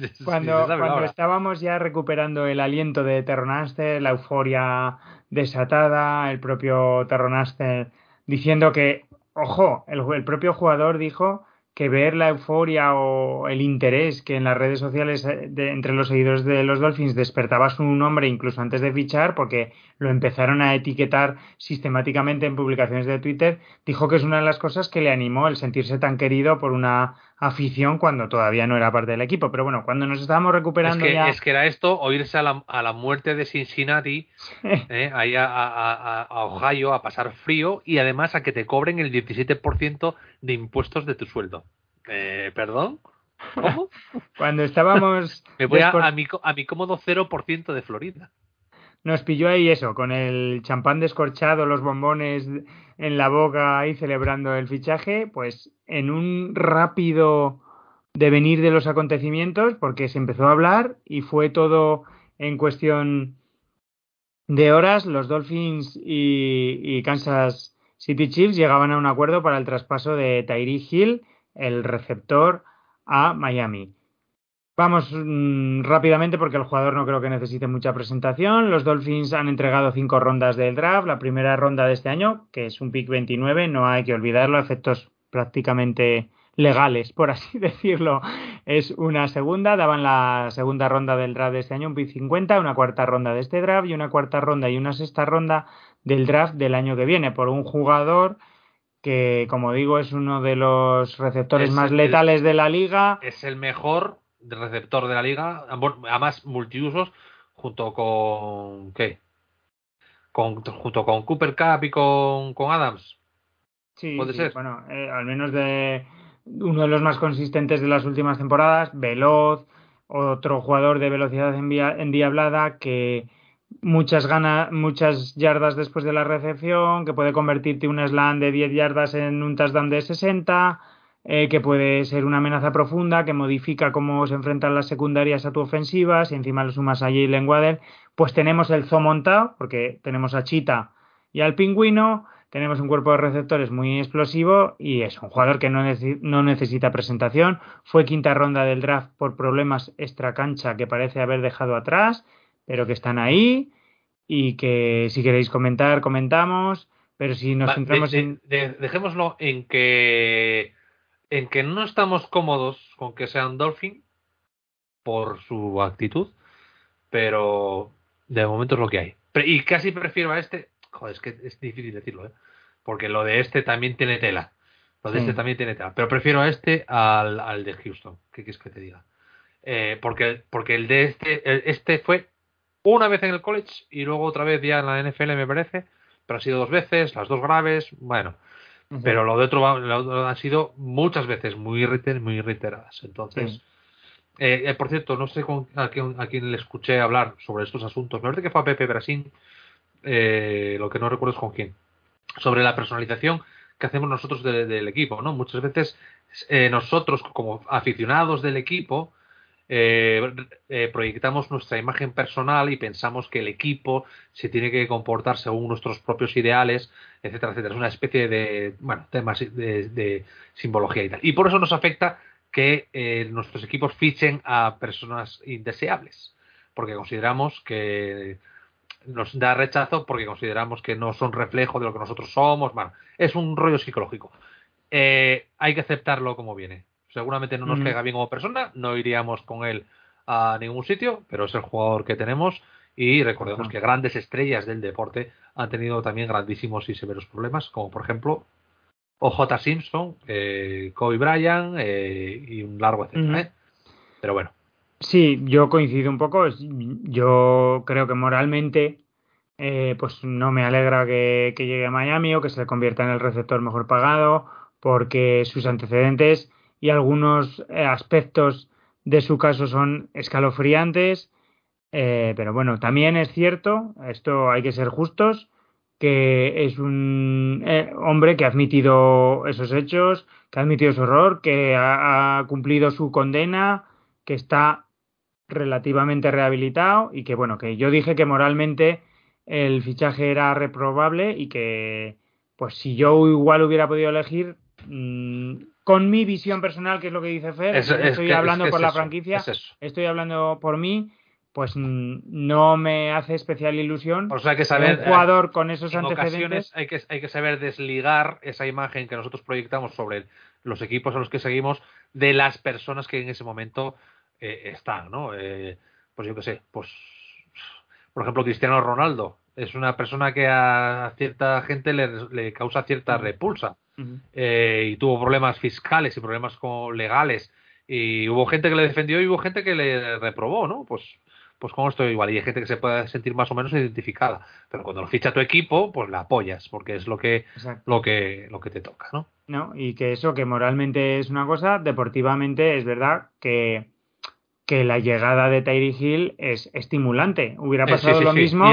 cuando estábamos ya recuperando el aliento de Terron Aster, la euforia desatada, el propio Terron Aster diciendo que, ojo, el propio jugador dijo que ver la euforia o el interés que en las redes sociales entre los seguidores de los Dolphins despertaba su nombre incluso antes de fichar, porque lo empezaron a etiquetar sistemáticamente en publicaciones de Twitter, dijo que es una de las cosas que le animó el sentirse tan querido por una afición cuando todavía no era parte del equipo. Pero bueno, cuando nos estábamos recuperando es que era esto, oírse a la muerte de Cincinnati, ahí a Ohio, a pasar frío y además a que te cobren el 17% de impuestos de tu sueldo. ¿Perdón? ¿Cómo? Cuando estábamos... Me voy a mi cómodo 0% de Florida. Nos pilló ahí eso, con el champán descorchado, los bombones en la boca ahí celebrando el fichaje, pues en un rápido devenir de los acontecimientos, porque se empezó a hablar y fue todo en cuestión de horas, los Dolphins y Kansas City Chiefs llegaban a un acuerdo para el traspaso de Tyreek Hill, el receptor, a Miami. Vamos rápidamente porque el jugador no creo que necesite mucha presentación. Los Dolphins han entregado 5 rondas del draft. La primera ronda de este año, que es un pick 29, no hay que olvidarlo, efectos prácticamente legales, por así decirlo, es una segunda. Daban la segunda ronda del draft de este año, un pick 50, una cuarta ronda de este draft y una cuarta ronda y una sexta ronda del draft del año que viene por un jugador que, como digo, es uno de los receptores más letales de la liga. Es el mejor receptor de la liga, además multiusos, junto con junto con Cooper Cup y con Adams. Sí, ¿Puede ser? Bueno, al menos de uno de los más consistentes de las últimas temporadas, veloz, otro jugador de velocidad endiablada que muchas yardas después de la recepción, que puede convertirte un slam de 10 yardas en un touchdown de 60, que puede ser una amenaza profunda, que modifica cómo se enfrentan las secundarias a tu ofensiva. Si encima le sumas a Jalen Waddell, pues tenemos el zoo montado, porque tenemos a Cheetah y al Pingüino. Tenemos un cuerpo de receptores muy explosivo y es un jugador que no necesita presentación. Fue quinta ronda del draft por problemas extracancha que parece haber dejado atrás, pero que están ahí y que si queréis comentar, comentamos. Pero si nos centramos dejémoslo en que no estamos cómodos con que sea un Dolphin por su actitud, pero de momento es lo que hay. Y casi prefiero a este. Joder, es que es difícil decirlo, porque lo de este también tiene tela. Este también tiene tela. Pero prefiero a este al de Houston. ¿Qué quieres que te diga? Porque el de este fue una vez en el college y luego otra vez ya en la NFL, me parece. Pero ha sido 2 veces, las 2 graves. Bueno, pero lo de otro han sido muchas veces muy reiteradas. Entonces, por cierto, no sé a quién le escuché hablar sobre estos asuntos. Me parece que fue a Pepe Brasín. Lo que no recuerdo es con quién, sobre la personalización que hacemos nosotros del equipo, ¿no? Muchas veces nosotros como aficionados del equipo proyectamos nuestra imagen personal y pensamos que el equipo se tiene que comportar según nuestros propios ideales, etcétera, etcétera. Es una especie de, temas de simbología y tal. Y por eso nos afecta que nuestros equipos fichen a personas indeseables, porque consideramos que nos da rechazo, porque consideramos que no son reflejo de lo que nosotros somos. Bueno, es un rollo psicológico. Hay que aceptarlo como viene. Seguramente no nos caiga bien como persona, no iríamos con él a ningún sitio, pero es el jugador que tenemos y recordemos que grandes estrellas del deporte han tenido también grandísimos y severos problemas, como por ejemplo O.J. Simpson, Kobe Bryant y un largo etcétera. Pero bueno. Sí, yo coincido un poco. Yo creo que moralmente pues no me alegra que llegue a Miami o que se convierta en el receptor mejor pagado, porque sus antecedentes y algunos aspectos de su caso son escalofriantes. Pero bueno, también es cierto, esto hay que ser justos, que es un hombre que ha admitido esos hechos, que ha admitido su error, que ha cumplido su condena, que está relativamente rehabilitado y que bueno, que yo dije que moralmente el fichaje era reprobable y que pues si yo igual hubiera podido elegir con mi visión personal, que es lo que dice Fer, yo estoy hablando por la franquicia, estoy hablando por mí, pues no me hace especial ilusión. O sea, hay que saber, un jugador con esos en antecedentes. ocasiones hay que saber desligar esa imagen que nosotros proyectamos sobre los equipos a los que seguimos de las personas que en ese momento están, ¿no? Pues yo qué sé, pues por ejemplo Cristiano Ronaldo es una persona que a cierta gente le causa cierta repulsa y tuvo problemas fiscales y problemas legales y hubo gente que le defendió y hubo gente que le reprobó, ¿no? Pues con esto igual, y hay gente que se puede sentir más o menos identificada, pero cuando lo ficha tu equipo, pues la apoyas, porque es lo que te toca, ¿no? No, y que eso, que moralmente es una cosa, deportivamente es verdad que la llegada de Tyreek Hill es estimulante. Hubiera pasado lo mismo.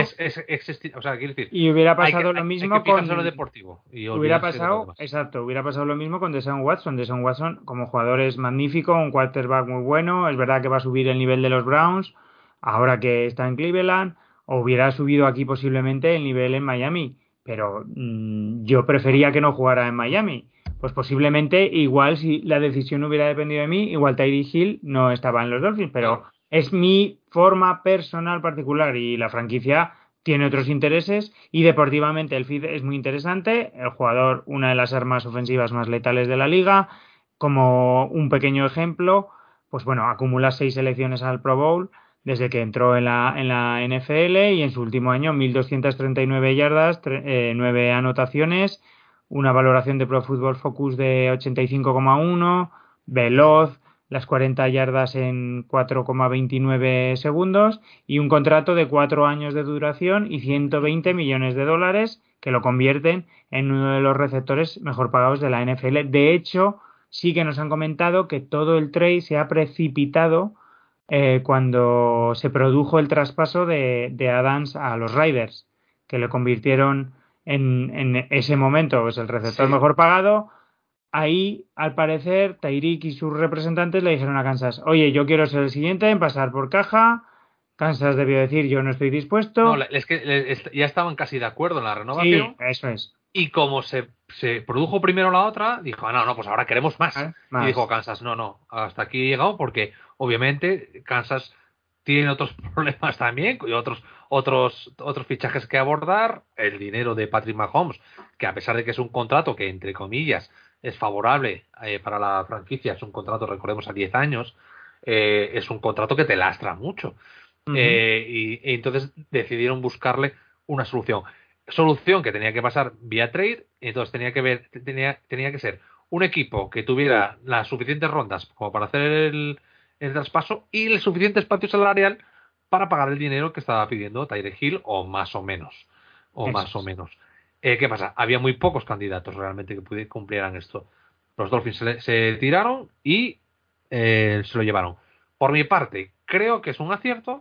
Y hubiera pasado lo mismo con lo deportivo. Hubiera pasado lo mismo con Deshaun Watson. Deshaun Watson, como jugador, es magnífico, un quarterback muy bueno. Es verdad que va a subir el nivel de los Browns ahora que está en Cleveland. O hubiera subido aquí posiblemente el nivel en Miami. Pero yo prefería que no jugara en Miami. Pues posiblemente, igual si la decisión hubiera dependido de mí, igual Tyreek Hill no estaba en los Dolphins, pero es mi forma personal particular y la franquicia tiene otros intereses y deportivamente el feed es muy interesante, el jugador una de las armas ofensivas más letales de la liga, como un pequeño ejemplo, pues bueno, acumula 6 selecciones al Pro Bowl desde que entró en la NFL y en su último año 1.239 yardas, 9 anotaciones, una valoración de Pro Football Focus de 85,1, veloz, las 40 yardas en 4,29 segundos y un contrato de 4 años de duración y 120 millones de dólares que lo convierten en uno de los receptores mejor pagados de la NFL. De hecho, sí que nos han comentado que todo el trade se ha precipitado cuando se produjo el traspaso de Adams a los Raiders, que le convirtieron en ese momento pues el receptor mejor pagado. Ahí, al parecer, Tyreek y sus representantes le dijeron a Kansas, oye, yo quiero ser el siguiente en pasar por caja. Kansas debió decir, yo no estoy dispuesto. No, es que ya estaban casi de acuerdo en la renovación. Sí, eso es. Y como se produjo primero la otra, dijo, no, pues ahora queremos más. Y dijo Kansas, no, hasta aquí he llegado porque obviamente Kansas tiene otros problemas también y otros fichajes que abordar. El dinero de Patrick Mahomes, que a pesar de que es un contrato que, entre comillas, es favorable para la franquicia, es un contrato, recordemos, a 10 años, es un contrato que te lastra mucho. Y entonces decidieron buscarle una solución que tenía que pasar vía trade, y entonces tenía que ser un equipo que tuviera las suficientes rondas como para hacer el traspaso y el suficiente espacio salarial para pagar el dinero que estaba pidiendo Tyreek Hill o más o menos. ¿Qué pasa? Había muy pocos candidatos realmente que cumplieran esto. Los Dolphins se tiraron y se lo llevaron. Por mi parte, creo que es un acierto.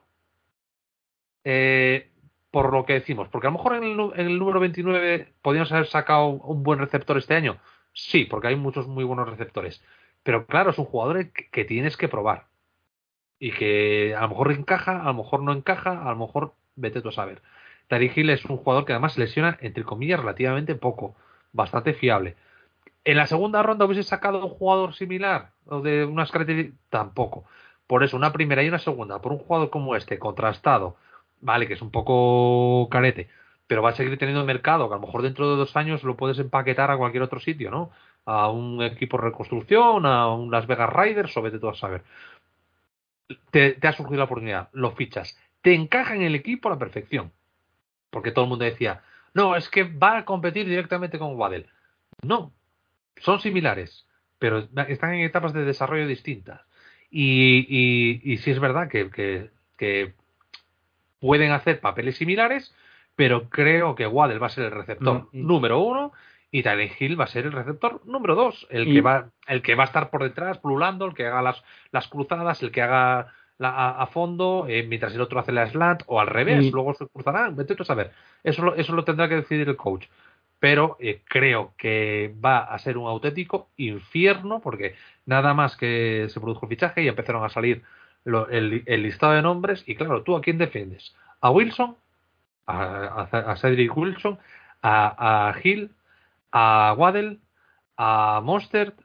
Por lo que decimos, porque a lo mejor en el número 29 podríamos haber sacado un buen receptor este año. Sí, porque hay muchos muy buenos receptores. Pero claro, es un jugador que tienes que probar. y que a lo mejor encaja, a lo mejor no encaja, a lo mejor vete tú a saber. Tyreek Hill es un jugador que además se lesiona, entre comillas, relativamente poco, bastante fiable. ¿En la segunda ronda hubiese sacado un jugador similar o de unas características? Tampoco. Por eso, una primera y una segunda, por un jugador como este, contrastado, vale, que es un poco carete, pero va a seguir teniendo mercado, que a lo mejor dentro de 2 años lo puedes empaquetar a cualquier otro sitio, ¿no? A un equipo de reconstrucción, a un Las Vegas Raiders, o vete tú a saber. Te ha surgido la oportunidad, lo fichas, te encaja en el equipo a la perfección. Porque todo el mundo decía, no, es que va a competir directamente con Waddle. No, son similares, pero están en etapas de desarrollo distintas. Y sí es verdad que pueden hacer papeles similares, pero creo que Waddle va a ser el receptor número 1 y Tyreek Hill va a ser el receptor número 2, el que va a estar por detrás pululando, el que haga las cruzadas, el que haga a fondo, mientras el otro hace la slant, o al revés, luego se cruzarán, vete tú a saber. Eso lo tendrá que decidir el coach. Pero creo que va a ser un auténtico infierno, porque nada más que se produjo el fichaje y empezaron a salir el listado de nombres, y claro, ¿tú a quién defiendes? ¿A Wilson? ¿A Cedric Wilson? ¿A Hill? ¿A Waddle? ¿A Mostert?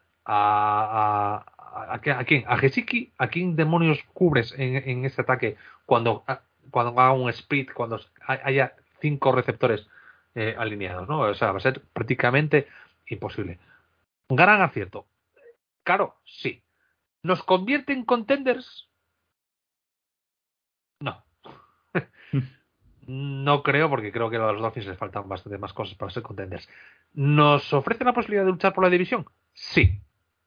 ¿A quién? ¿A Gesicki? ¿A quién demonios cubres en ese ataque cuando haga un split, cuando haya 5 receptores alineados, ¿no? O sea, va a ser prácticamente imposible. Gran acierto. Claro, sí. ¿Nos convierte en contenders? No. No creo, porque creo que a los Dolphins les faltan bastante más cosas para ser contenders. ¿Nos ofrece la posibilidad de luchar por la división? Sí.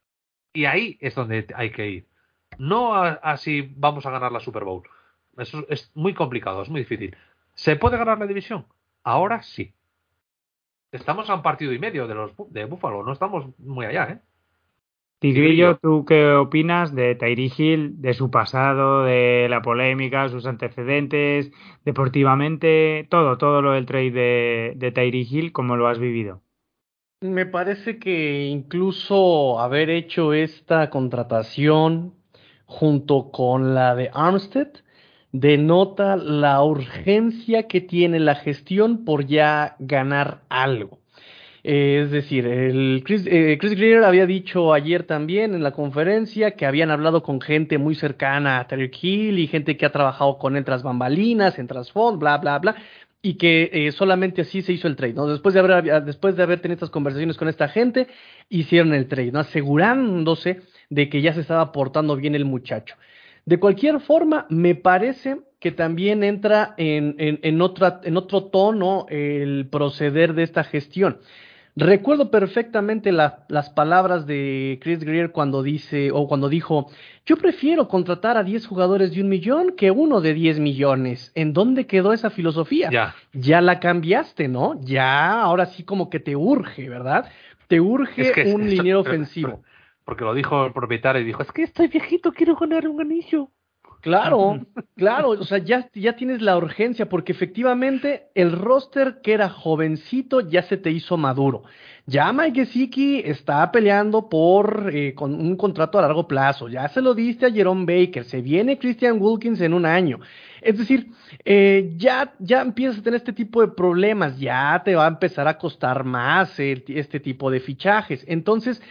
Y ahí es donde hay que ir. No a si vamos a ganar la Super Bowl. Eso es muy complicado, es muy difícil. ¿Se puede ganar la división? Ahora sí. Estamos a un partido y medio de Buffalo, no estamos muy allá, ¿eh? Tigrillo, ¿tú qué opinas de Tyreek Hill, de su pasado, de la polémica, sus antecedentes, deportivamente, todo lo del trade de Tyreek Hill, cómo lo has vivido? Me parece que incluso haber hecho esta contratación junto con la de Armstead denota la urgencia que tiene la gestión por ya ganar algo. Es decir, Chris Greer había dicho ayer también en la conferencia que habían hablado con gente muy cercana a Tyreek Hill y gente que ha trabajado con él tras bambalinas, en trasfondo, bla, bla, bla, y que solamente así se hizo el trade, ¿no? Después de haber tenido estas conversaciones con esta gente, hicieron el trade, ¿no? Asegurándose de que ya se estaba portando bien el muchacho. De cualquier forma, me parece que también entra en otro tono el proceder de esta gestión. Recuerdo perfectamente las palabras de Chris Greer cuando dijo, yo prefiero contratar a 10 jugadores de 1 millón que uno de 10 millones. ¿En dónde quedó esa filosofía? Ya la cambiaste, ¿no? Ya, ahora sí como que te urge, ¿verdad? Te urge un liniero ofensivo. Porque lo dijo el propietario y dijo, es que estoy viejito, quiero ganar un anillo. Claro, o sea, ya tienes la urgencia, porque efectivamente el roster que era jovencito ya se te hizo maduro. Ya Mike Gesicki está peleando con un contrato a largo plazo, ya se lo diste a Jerome Baker, se viene Christian Wilkins en un año. Es decir, ya empiezas a tener este tipo de problemas, ya te va a empezar a costar más este tipo de fichajes. Entonces,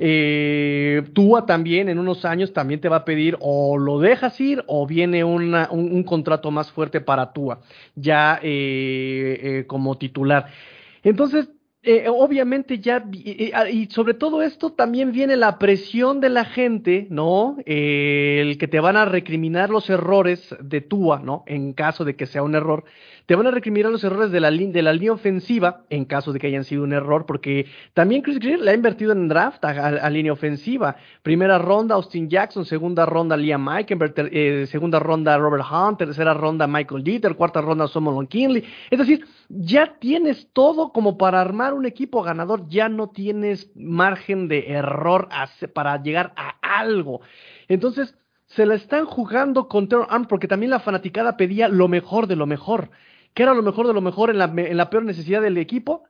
Tua también en unos años también te va a pedir o lo dejas ir o viene un contrato más fuerte para Tua ya como titular. Entonces, obviamente ya, y sobre todo esto también viene la presión de la gente, ¿no? El que te van a recriminar los errores de Tua, ¿no? En caso de que sea un error. Te van a recriminar los errores de la línea ofensiva, en caso de que hayan sido un error, porque también Chris Greer le ha invertido en draft a línea ofensiva. Primera ronda, Austin Jackson. Segunda ronda, Liam Eikenberg. Segunda ronda, Robert Hunt. Tercera ronda, Michael Dieter. Cuarta ronda, Solomon Kinley. Es decir, ya tienes todo como para armar un equipo ganador. Ya no tienes margen de error para llegar a algo. Entonces, se la están jugando con Terron Armstead porque también la fanaticada pedía lo mejor de lo mejor. ¿Qué era lo mejor de lo mejor en la peor necesidad del equipo?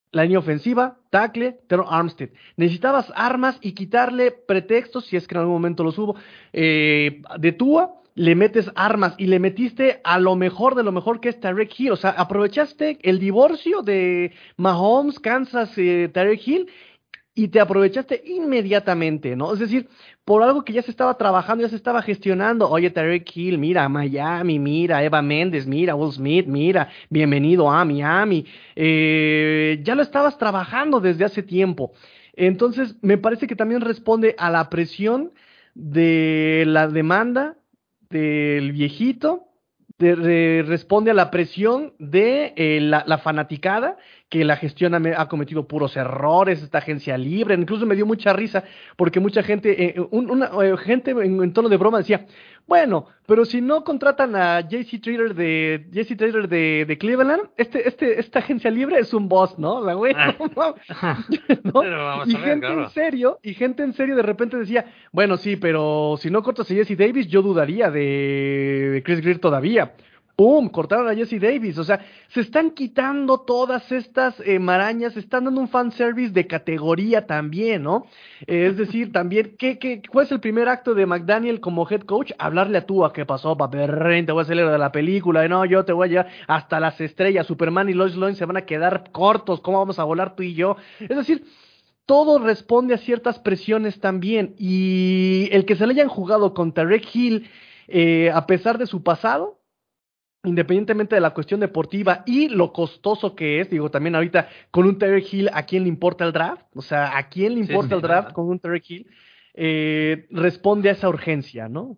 la línea ofensiva, tackle, Teron Armstead. Necesitabas armas y quitarle pretextos, si es que en algún momento los hubo, de Tua. Le metes armas y le metiste a lo mejor de lo mejor que es Tyreek Hill. O sea, aprovechaste el divorcio de Mahomes, Kansas, Tyreek Hill y te aprovechaste inmediatamente, ¿no? Es decir, por algo que ya se estaba trabajando, ya se estaba gestionando. Oye, Tyreek Hill, mira, Miami, mira, Eva Méndez, mira, Will Smith, mira, bienvenido a Miami. Ya lo estabas trabajando desde hace tiempo. Entonces, me parece que también responde a la presión de la demanda del viejito, responde a la presión de la fanaticada, que la gestión ha cometido puros errores, esta agencia libre. Incluso me dio mucha risa porque mucha gente, gente en tono de broma decía, bueno, pero si no contratan a JC Trader de Cleveland, esta agencia libre es un boss, ¿no? La güey, ¿no? Y gente en serio de repente decía, bueno, sí, pero si no cortas a Jesse Davis, yo dudaría de Chris Greer todavía. ¡Pum! Cortaron a Jesse Davis. O sea, se están quitando todas estas marañas, se están dando un fanservice de categoría también, ¿no? Es decir, también, ¿cuál es el primer acto de McDaniel como head coach? Hablarle a Tua, ¿qué pasó, paperrín? Te voy a hacer de la película, no, yo te voy a llevar hasta las estrellas. Superman y Lois Lane se van a quedar cortos, ¿cómo vamos a volar tú y yo? Es decir, todo responde a ciertas presiones también. Y el que se le hayan jugado con Tyreek Hill, a pesar de su pasado, independientemente de la cuestión deportiva y lo costoso que es, digo, también ahorita con un Tyreek Hill, ¿a quién le importa el draft? O sea, ¿a quién le importa el draft con un Tyreek Hill? Responde a esa urgencia, ¿no?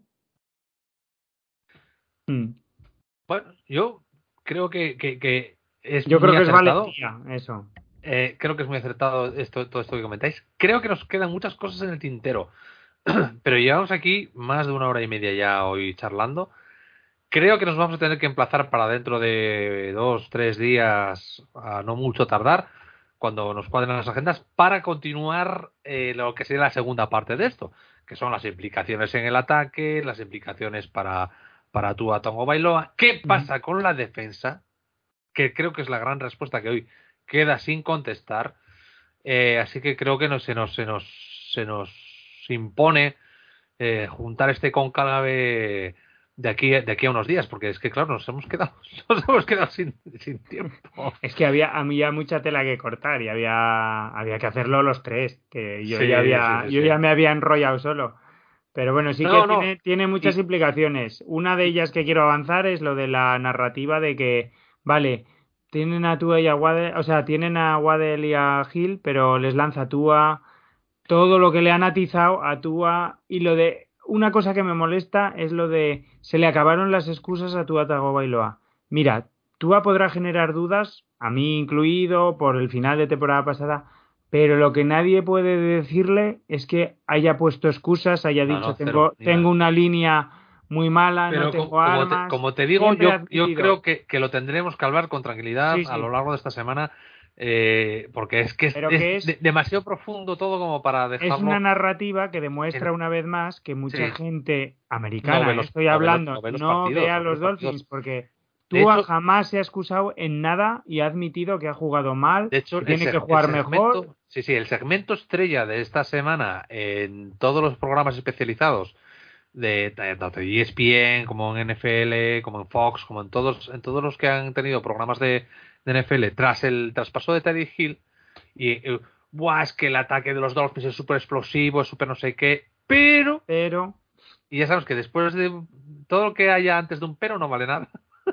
Bueno, yo creo que es yo creo muy que acertado. Es valentía, eso. Creo que es muy acertado todo esto que comentáis. Creo que nos quedan muchas cosas en el tintero, pero llevamos aquí más de 1 hora y media ya hoy charlando. Creo que nos vamos a tener que emplazar para dentro de 2-3 días, a no mucho tardar, cuando nos cuadren las agendas, para continuar lo que sería la segunda parte de esto, que son las implicaciones en el ataque, las implicaciones para Tua Tagovailoa. ¿Qué pasa con la defensa? Que creo que es la gran respuesta que hoy queda sin contestar. Así que creo que se nos impone juntar este cónclave de aquí a unos días, porque es que claro, nos hemos quedado sin tiempo. Es que había mucha tela que cortar y había que hacerlo los tres, que yo ya me había enrollado solo. Pero bueno, tiene muchas implicaciones. Una de ellas que quiero avanzar es lo de la narrativa de que, vale, tienen a Tua y a Waddle, o sea, tienen a Waddle y a Hill, pero les lanza a Tua, todo lo que le han atizado a Tua, y lo de una cosa que me molesta es lo de se le acabaron las excusas a Tua Tagovailoa. Mira, Tua podrá generar dudas, a mí incluido, por el final de temporada pasada, pero lo que nadie puede decirle es que haya puesto excusas, haya dicho tengo una línea muy mala, pero no tengo armas. Como te digo, yo creo que lo tendremos que hablar con tranquilidad a lo largo de esta semana. Porque es que es demasiado profundo todo como para dejarlo. Es una narrativa que demuestra una vez más que mucha gente americana, no ve a los Dolphins, porque Tua jamás se ha excusado en nada y ha admitido que ha jugado mal, de hecho, que tiene que jugar mejor. Sí, el segmento estrella de esta semana en todos los programas especializados tanto de ESPN como en NFL, como en Fox, como en todos los que han tenido programas de NFL tras el traspaso de Tyreek Hill, y es que el ataque de los Dolphins es súper explosivo, es súper no sé qué, pero y ya sabemos que después de todo lo que haya antes de un pero no vale nada.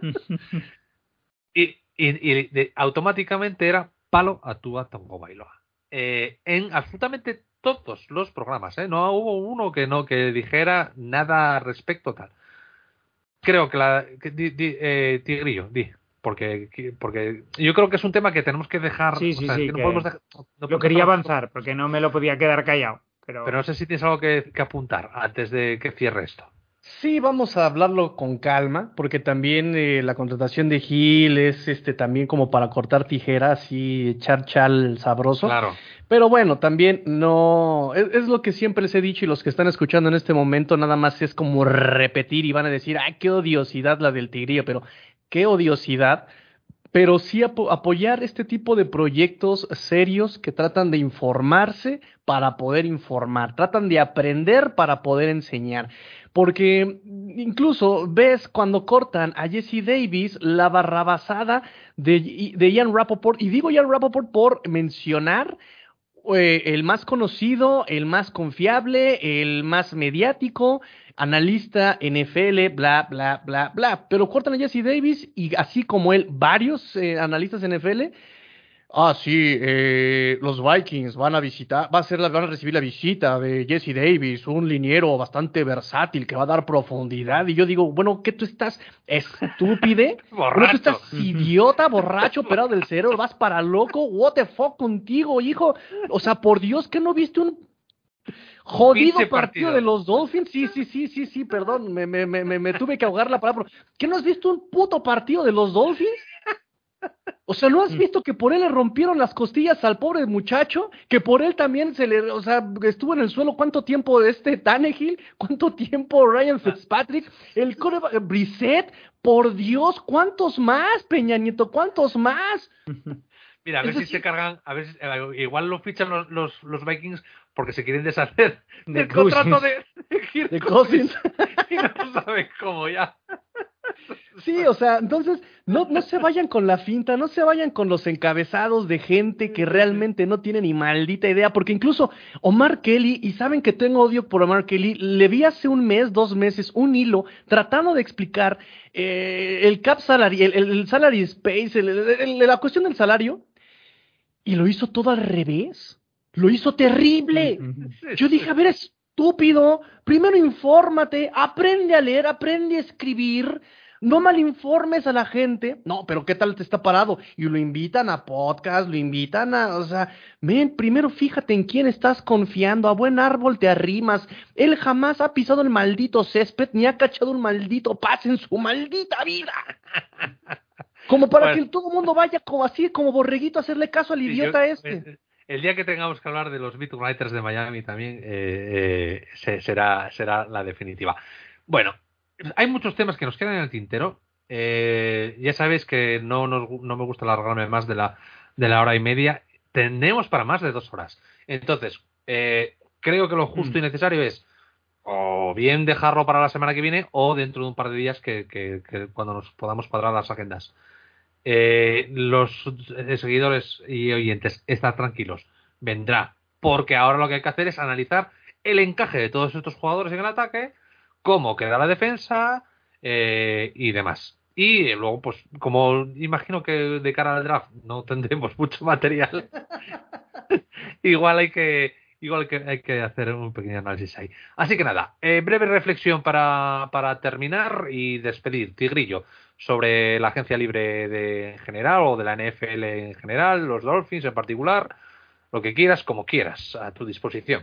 y automáticamente era palo a Tua Tagovailoa en absolutamente todos los programas, no hubo uno que dijera nada respecto tal. Creo que Tigrillo, porque yo creo que es un tema que tenemos que dejar. Yo quería avanzar porque no me lo podía quedar callado, pero no sé si tienes algo que apuntar antes de que cierre esto. Sí, vamos a hablarlo con calma, porque también la contratación de Hill es también como para cortar tijeras y echar chal sabroso. Claro. Pero bueno, también no es lo que siempre les he dicho, y los que están escuchando en este momento nada más es como repetir y van a decir, ¡ay, qué odiosidad la del Tigrillo! Pero qué odiosidad pero sí apoyar este tipo de proyectos serios que tratan de informarse para poder informar, tratan de aprender para poder enseñar. Porque incluso ves cuando cortan a Jesse Davis la barrabasada de Ian Rapoport, y digo Ian Rapoport por mencionar el más conocido, el más confiable, el más mediático, analista NFL, bla, bla, bla, bla. Pero cortan a Jesse Davis y así como él, varios analistas NFL. Ah, sí, los Vikings van a visitar, van a recibir la visita de Jesse Davis, un liniero bastante versátil que va a dar profundidad. Y yo digo, bueno, ¿qué tú estás estúpide? Bueno, tú estás idiota, borracho, operado del cerebro, vas para loco, what the fuck contigo, hijo. O sea, por Dios, ¿que no viste un jodido partido de los Dolphins? Sí, perdón, me tuve que ahogar la palabra. ¿Que no has visto un puto partido de los Dolphins? O sea, ¿no has visto que por él le rompieron las costillas al pobre muchacho? Que por él también o sea, estuvo en el suelo. ¿Cuánto tiempo Tannehill? ¿Cuánto tiempo Ryan Fitzpatrick? El quarterback Brissett. Por Dios, ¿cuántos más, Peña Nieto? ¿Cuántos más? Mira, a ver si se cargan, a ver si, igual lo fichan los Vikings porque se quieren deshacer del contrato de Cousins. Y no saben cómo ya. Sí, o sea, entonces no se vayan con la finta, no se vayan con los encabezados de gente que realmente no tiene ni maldita idea, porque incluso Omar Kelly, y saben que tengo odio por Omar Kelly, le vi hace 1 mes, 2 meses, un hilo tratando de explicar el cap salary, el salary space, la cuestión del salario, y lo hizo todo al revés, lo hizo terrible. Yo dije, a ver, estúpido, primero infórmate, aprende a leer, aprende a escribir. No malinformes a la gente. No, pero ¿qué tal te está parado? Y lo invitan a podcast, lo invitan o sea, primero fíjate en quién estás confiando. A buen árbol te arrimas. Él jamás ha pisado el maldito césped ni ha cachado un maldito pase en su maldita vida. Como para que todo el mundo vaya como borreguito a hacerle caso al idiota El día que tengamos que hablar de los beat writers de Miami también será la definitiva. Bueno, hay muchos temas que nos quedan en el tintero. Ya sabéis que no me gusta alargarme más de la 1:30. Tenemos para más de 2 horas. Entonces, creo que lo justo y necesario es o bien dejarlo para la semana que viene o dentro de un par de días que cuando nos podamos cuadrar las agendas. Los seguidores y oyentes, estad tranquilos, vendrá, porque ahora lo que hay que hacer es analizar el encaje de todos estos jugadores en el ataque, cómo queda la defensa y demás. Y luego, pues, como imagino que de cara al draft no tendremos mucho material, igual hay que hacer un pequeño análisis ahí. Así que nada, breve reflexión para terminar y despedir, Tigrillo, sobre la agencia libre en general o de la NFL en general, los Dolphins en particular, lo que quieras, como quieras, a tu disposición.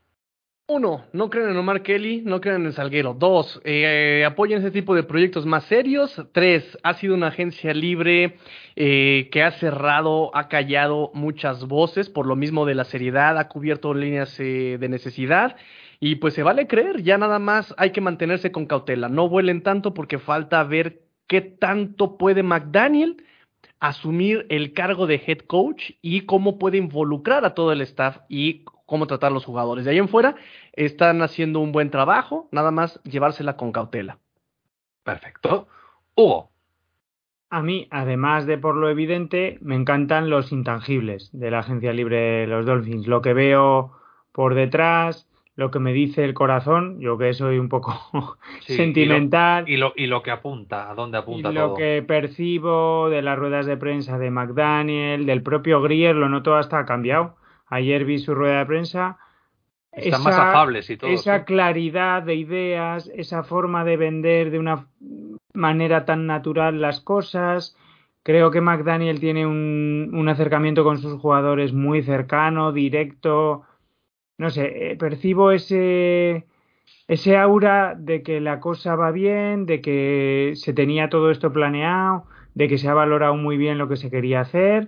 1, no crean en Omar Kelly, no crean en el Salguero. 2, apoyen ese tipo de proyectos más serios. 3, ha sido una agencia libre que ha cerrado, ha callado muchas voces por lo mismo de la seriedad, ha cubierto líneas de necesidad y pues se vale creer, ya nada más hay que mantenerse con cautela. No vuelen tanto porque falta ver qué tanto puede McDaniel asumir el cargo de head coach y cómo puede involucrar a todo el staff y cómo tratar a los jugadores. De ahí en fuera están haciendo un buen trabajo, nada más llevársela con cautela. Perfecto. Hugo. A mí, además de por lo evidente, me encantan los intangibles de la agencia libre de los Dolphins. Lo que veo por detrás, lo que me dice el corazón, yo que soy un poco sentimental. Y lo que apunta, a dónde apunta y todo. lo que percibo de las ruedas de prensa de McDaniel, del propio Grier, lo noto hasta cambiado. Ayer vi su rueda de prensa. Están más afables y todo. Esa claridad de ideas, esa forma de vender de una manera tan natural las cosas. Creo que McDaniel tiene un acercamiento con sus jugadores muy cercano, directo. No sé, percibo ese aura de que la cosa va bien, de que se tenía todo esto planeado, de que se ha valorado muy bien lo que se quería hacer.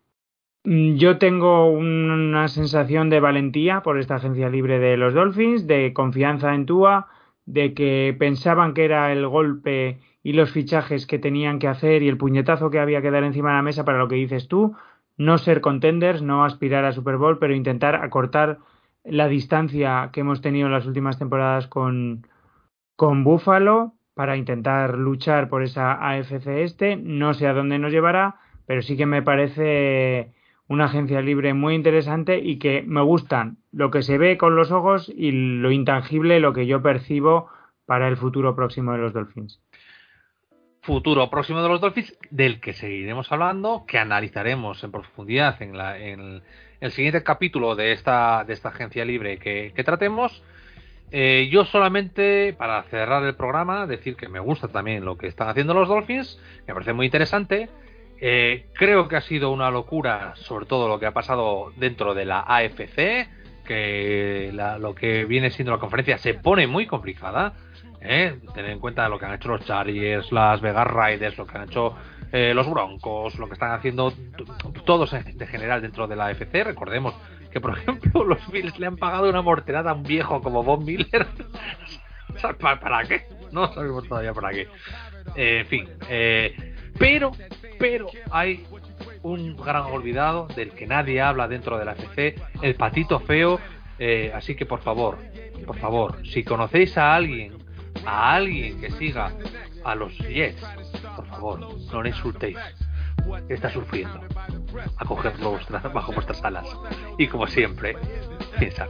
Yo tengo una sensación de valentía por esta agencia libre de los Dolphins, de confianza en Tua, de que pensaban que era el golpe y los fichajes que tenían que hacer y el puñetazo que había que dar encima de la mesa para lo que dices tú, no ser contenders, no aspirar a Super Bowl, pero intentar acortar la distancia que hemos tenido en las últimas temporadas con Buffalo para intentar luchar por esa AFC este. No sé a dónde nos llevará, pero sí que me parece una agencia libre muy interesante y que me gustan lo que se ve con los ojos y lo intangible, lo que yo percibo para el futuro próximo de los Dolphins. Futuro próximo de los Dolphins, del que seguiremos hablando, que analizaremos en profundidad en el siguiente capítulo de esta agencia libre que tratemos. Yo solamente, para cerrar el programa, decir que me gusta también lo que están haciendo los Dolphins, me parece muy interesante. Creo que ha sido una locura, sobre todo lo que ha pasado dentro de la AFC, que lo que viene siendo la conferencia se pone muy complicada. Tener en cuenta lo que han hecho los Chargers, las Vegas Raiders, lo que han hecho los Broncos, lo que están haciendo todos de general dentro de la AFC. Recordemos que, por ejemplo, los Bills le han pagado una morterada a un viejo como Von Miller. ¿Para qué? No sabemos todavía para qué. En fin, pero hay un gran olvidado del que nadie habla dentro de la AFC, el patito feo. Así que por favor, si conocéis a alguien que siga a los Jets, por favor, no le insultéis. Está sufriendo. Acogerlo bajo vuestras alas. Y como siempre, piensa.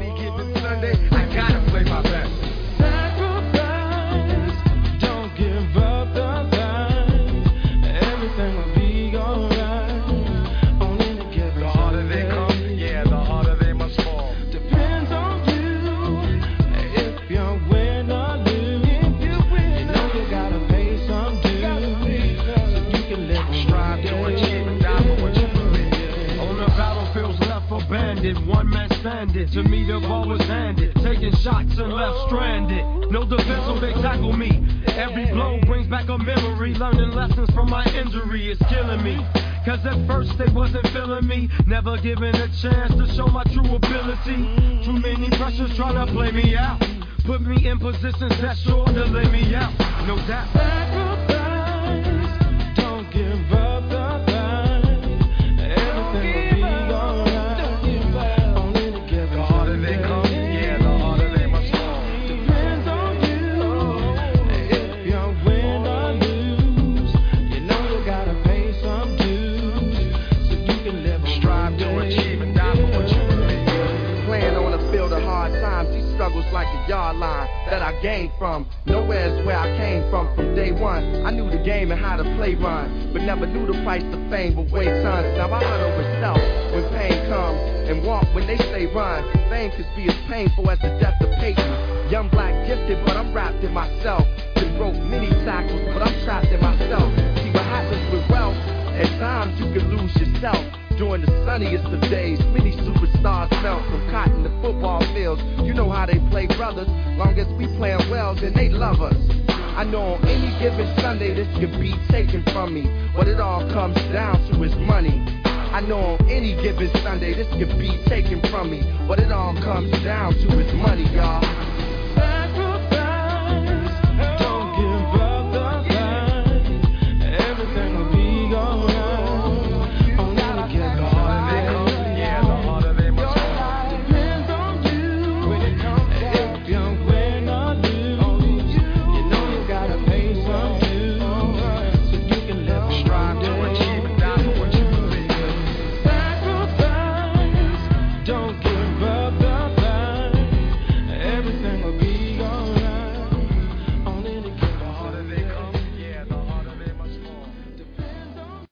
One man standing, to me the ball was handed, taking shots and left stranded. No defense, so they tackle me. Every blow brings back a memory. Learning lessons from my injury is killing me. Cause at first they wasn't feeling me, never given a chance to show my true ability. Too many pressures trying to play me out, put me in positions that's sure to lay me out. No doubt. Sacrifice, don't give up the fight. Everything will be alright. Like a yard line that I gained from. Nowhere's where I came from day one. I knew the game and how to play run, but never knew the price of fame would weigh tons. Now I huddle with self when pain comes and walk when they say run. Fame could be as painful as the death of Peyton. Young black gifted, but I'm wrapped in myself. Been broke many tackles, but I'm trapped in myself. See what happens with wealth. At times you can lose yourself. During the sunniest of days, many superstars fell from cotton to football fields. You know how they play, brothers. Long as we playing well, then they love us. I know on any given Sunday this could be taken from me. What it all comes down to is money. I know on any given Sunday this could be taken from me. What it all comes down to is money, y'all.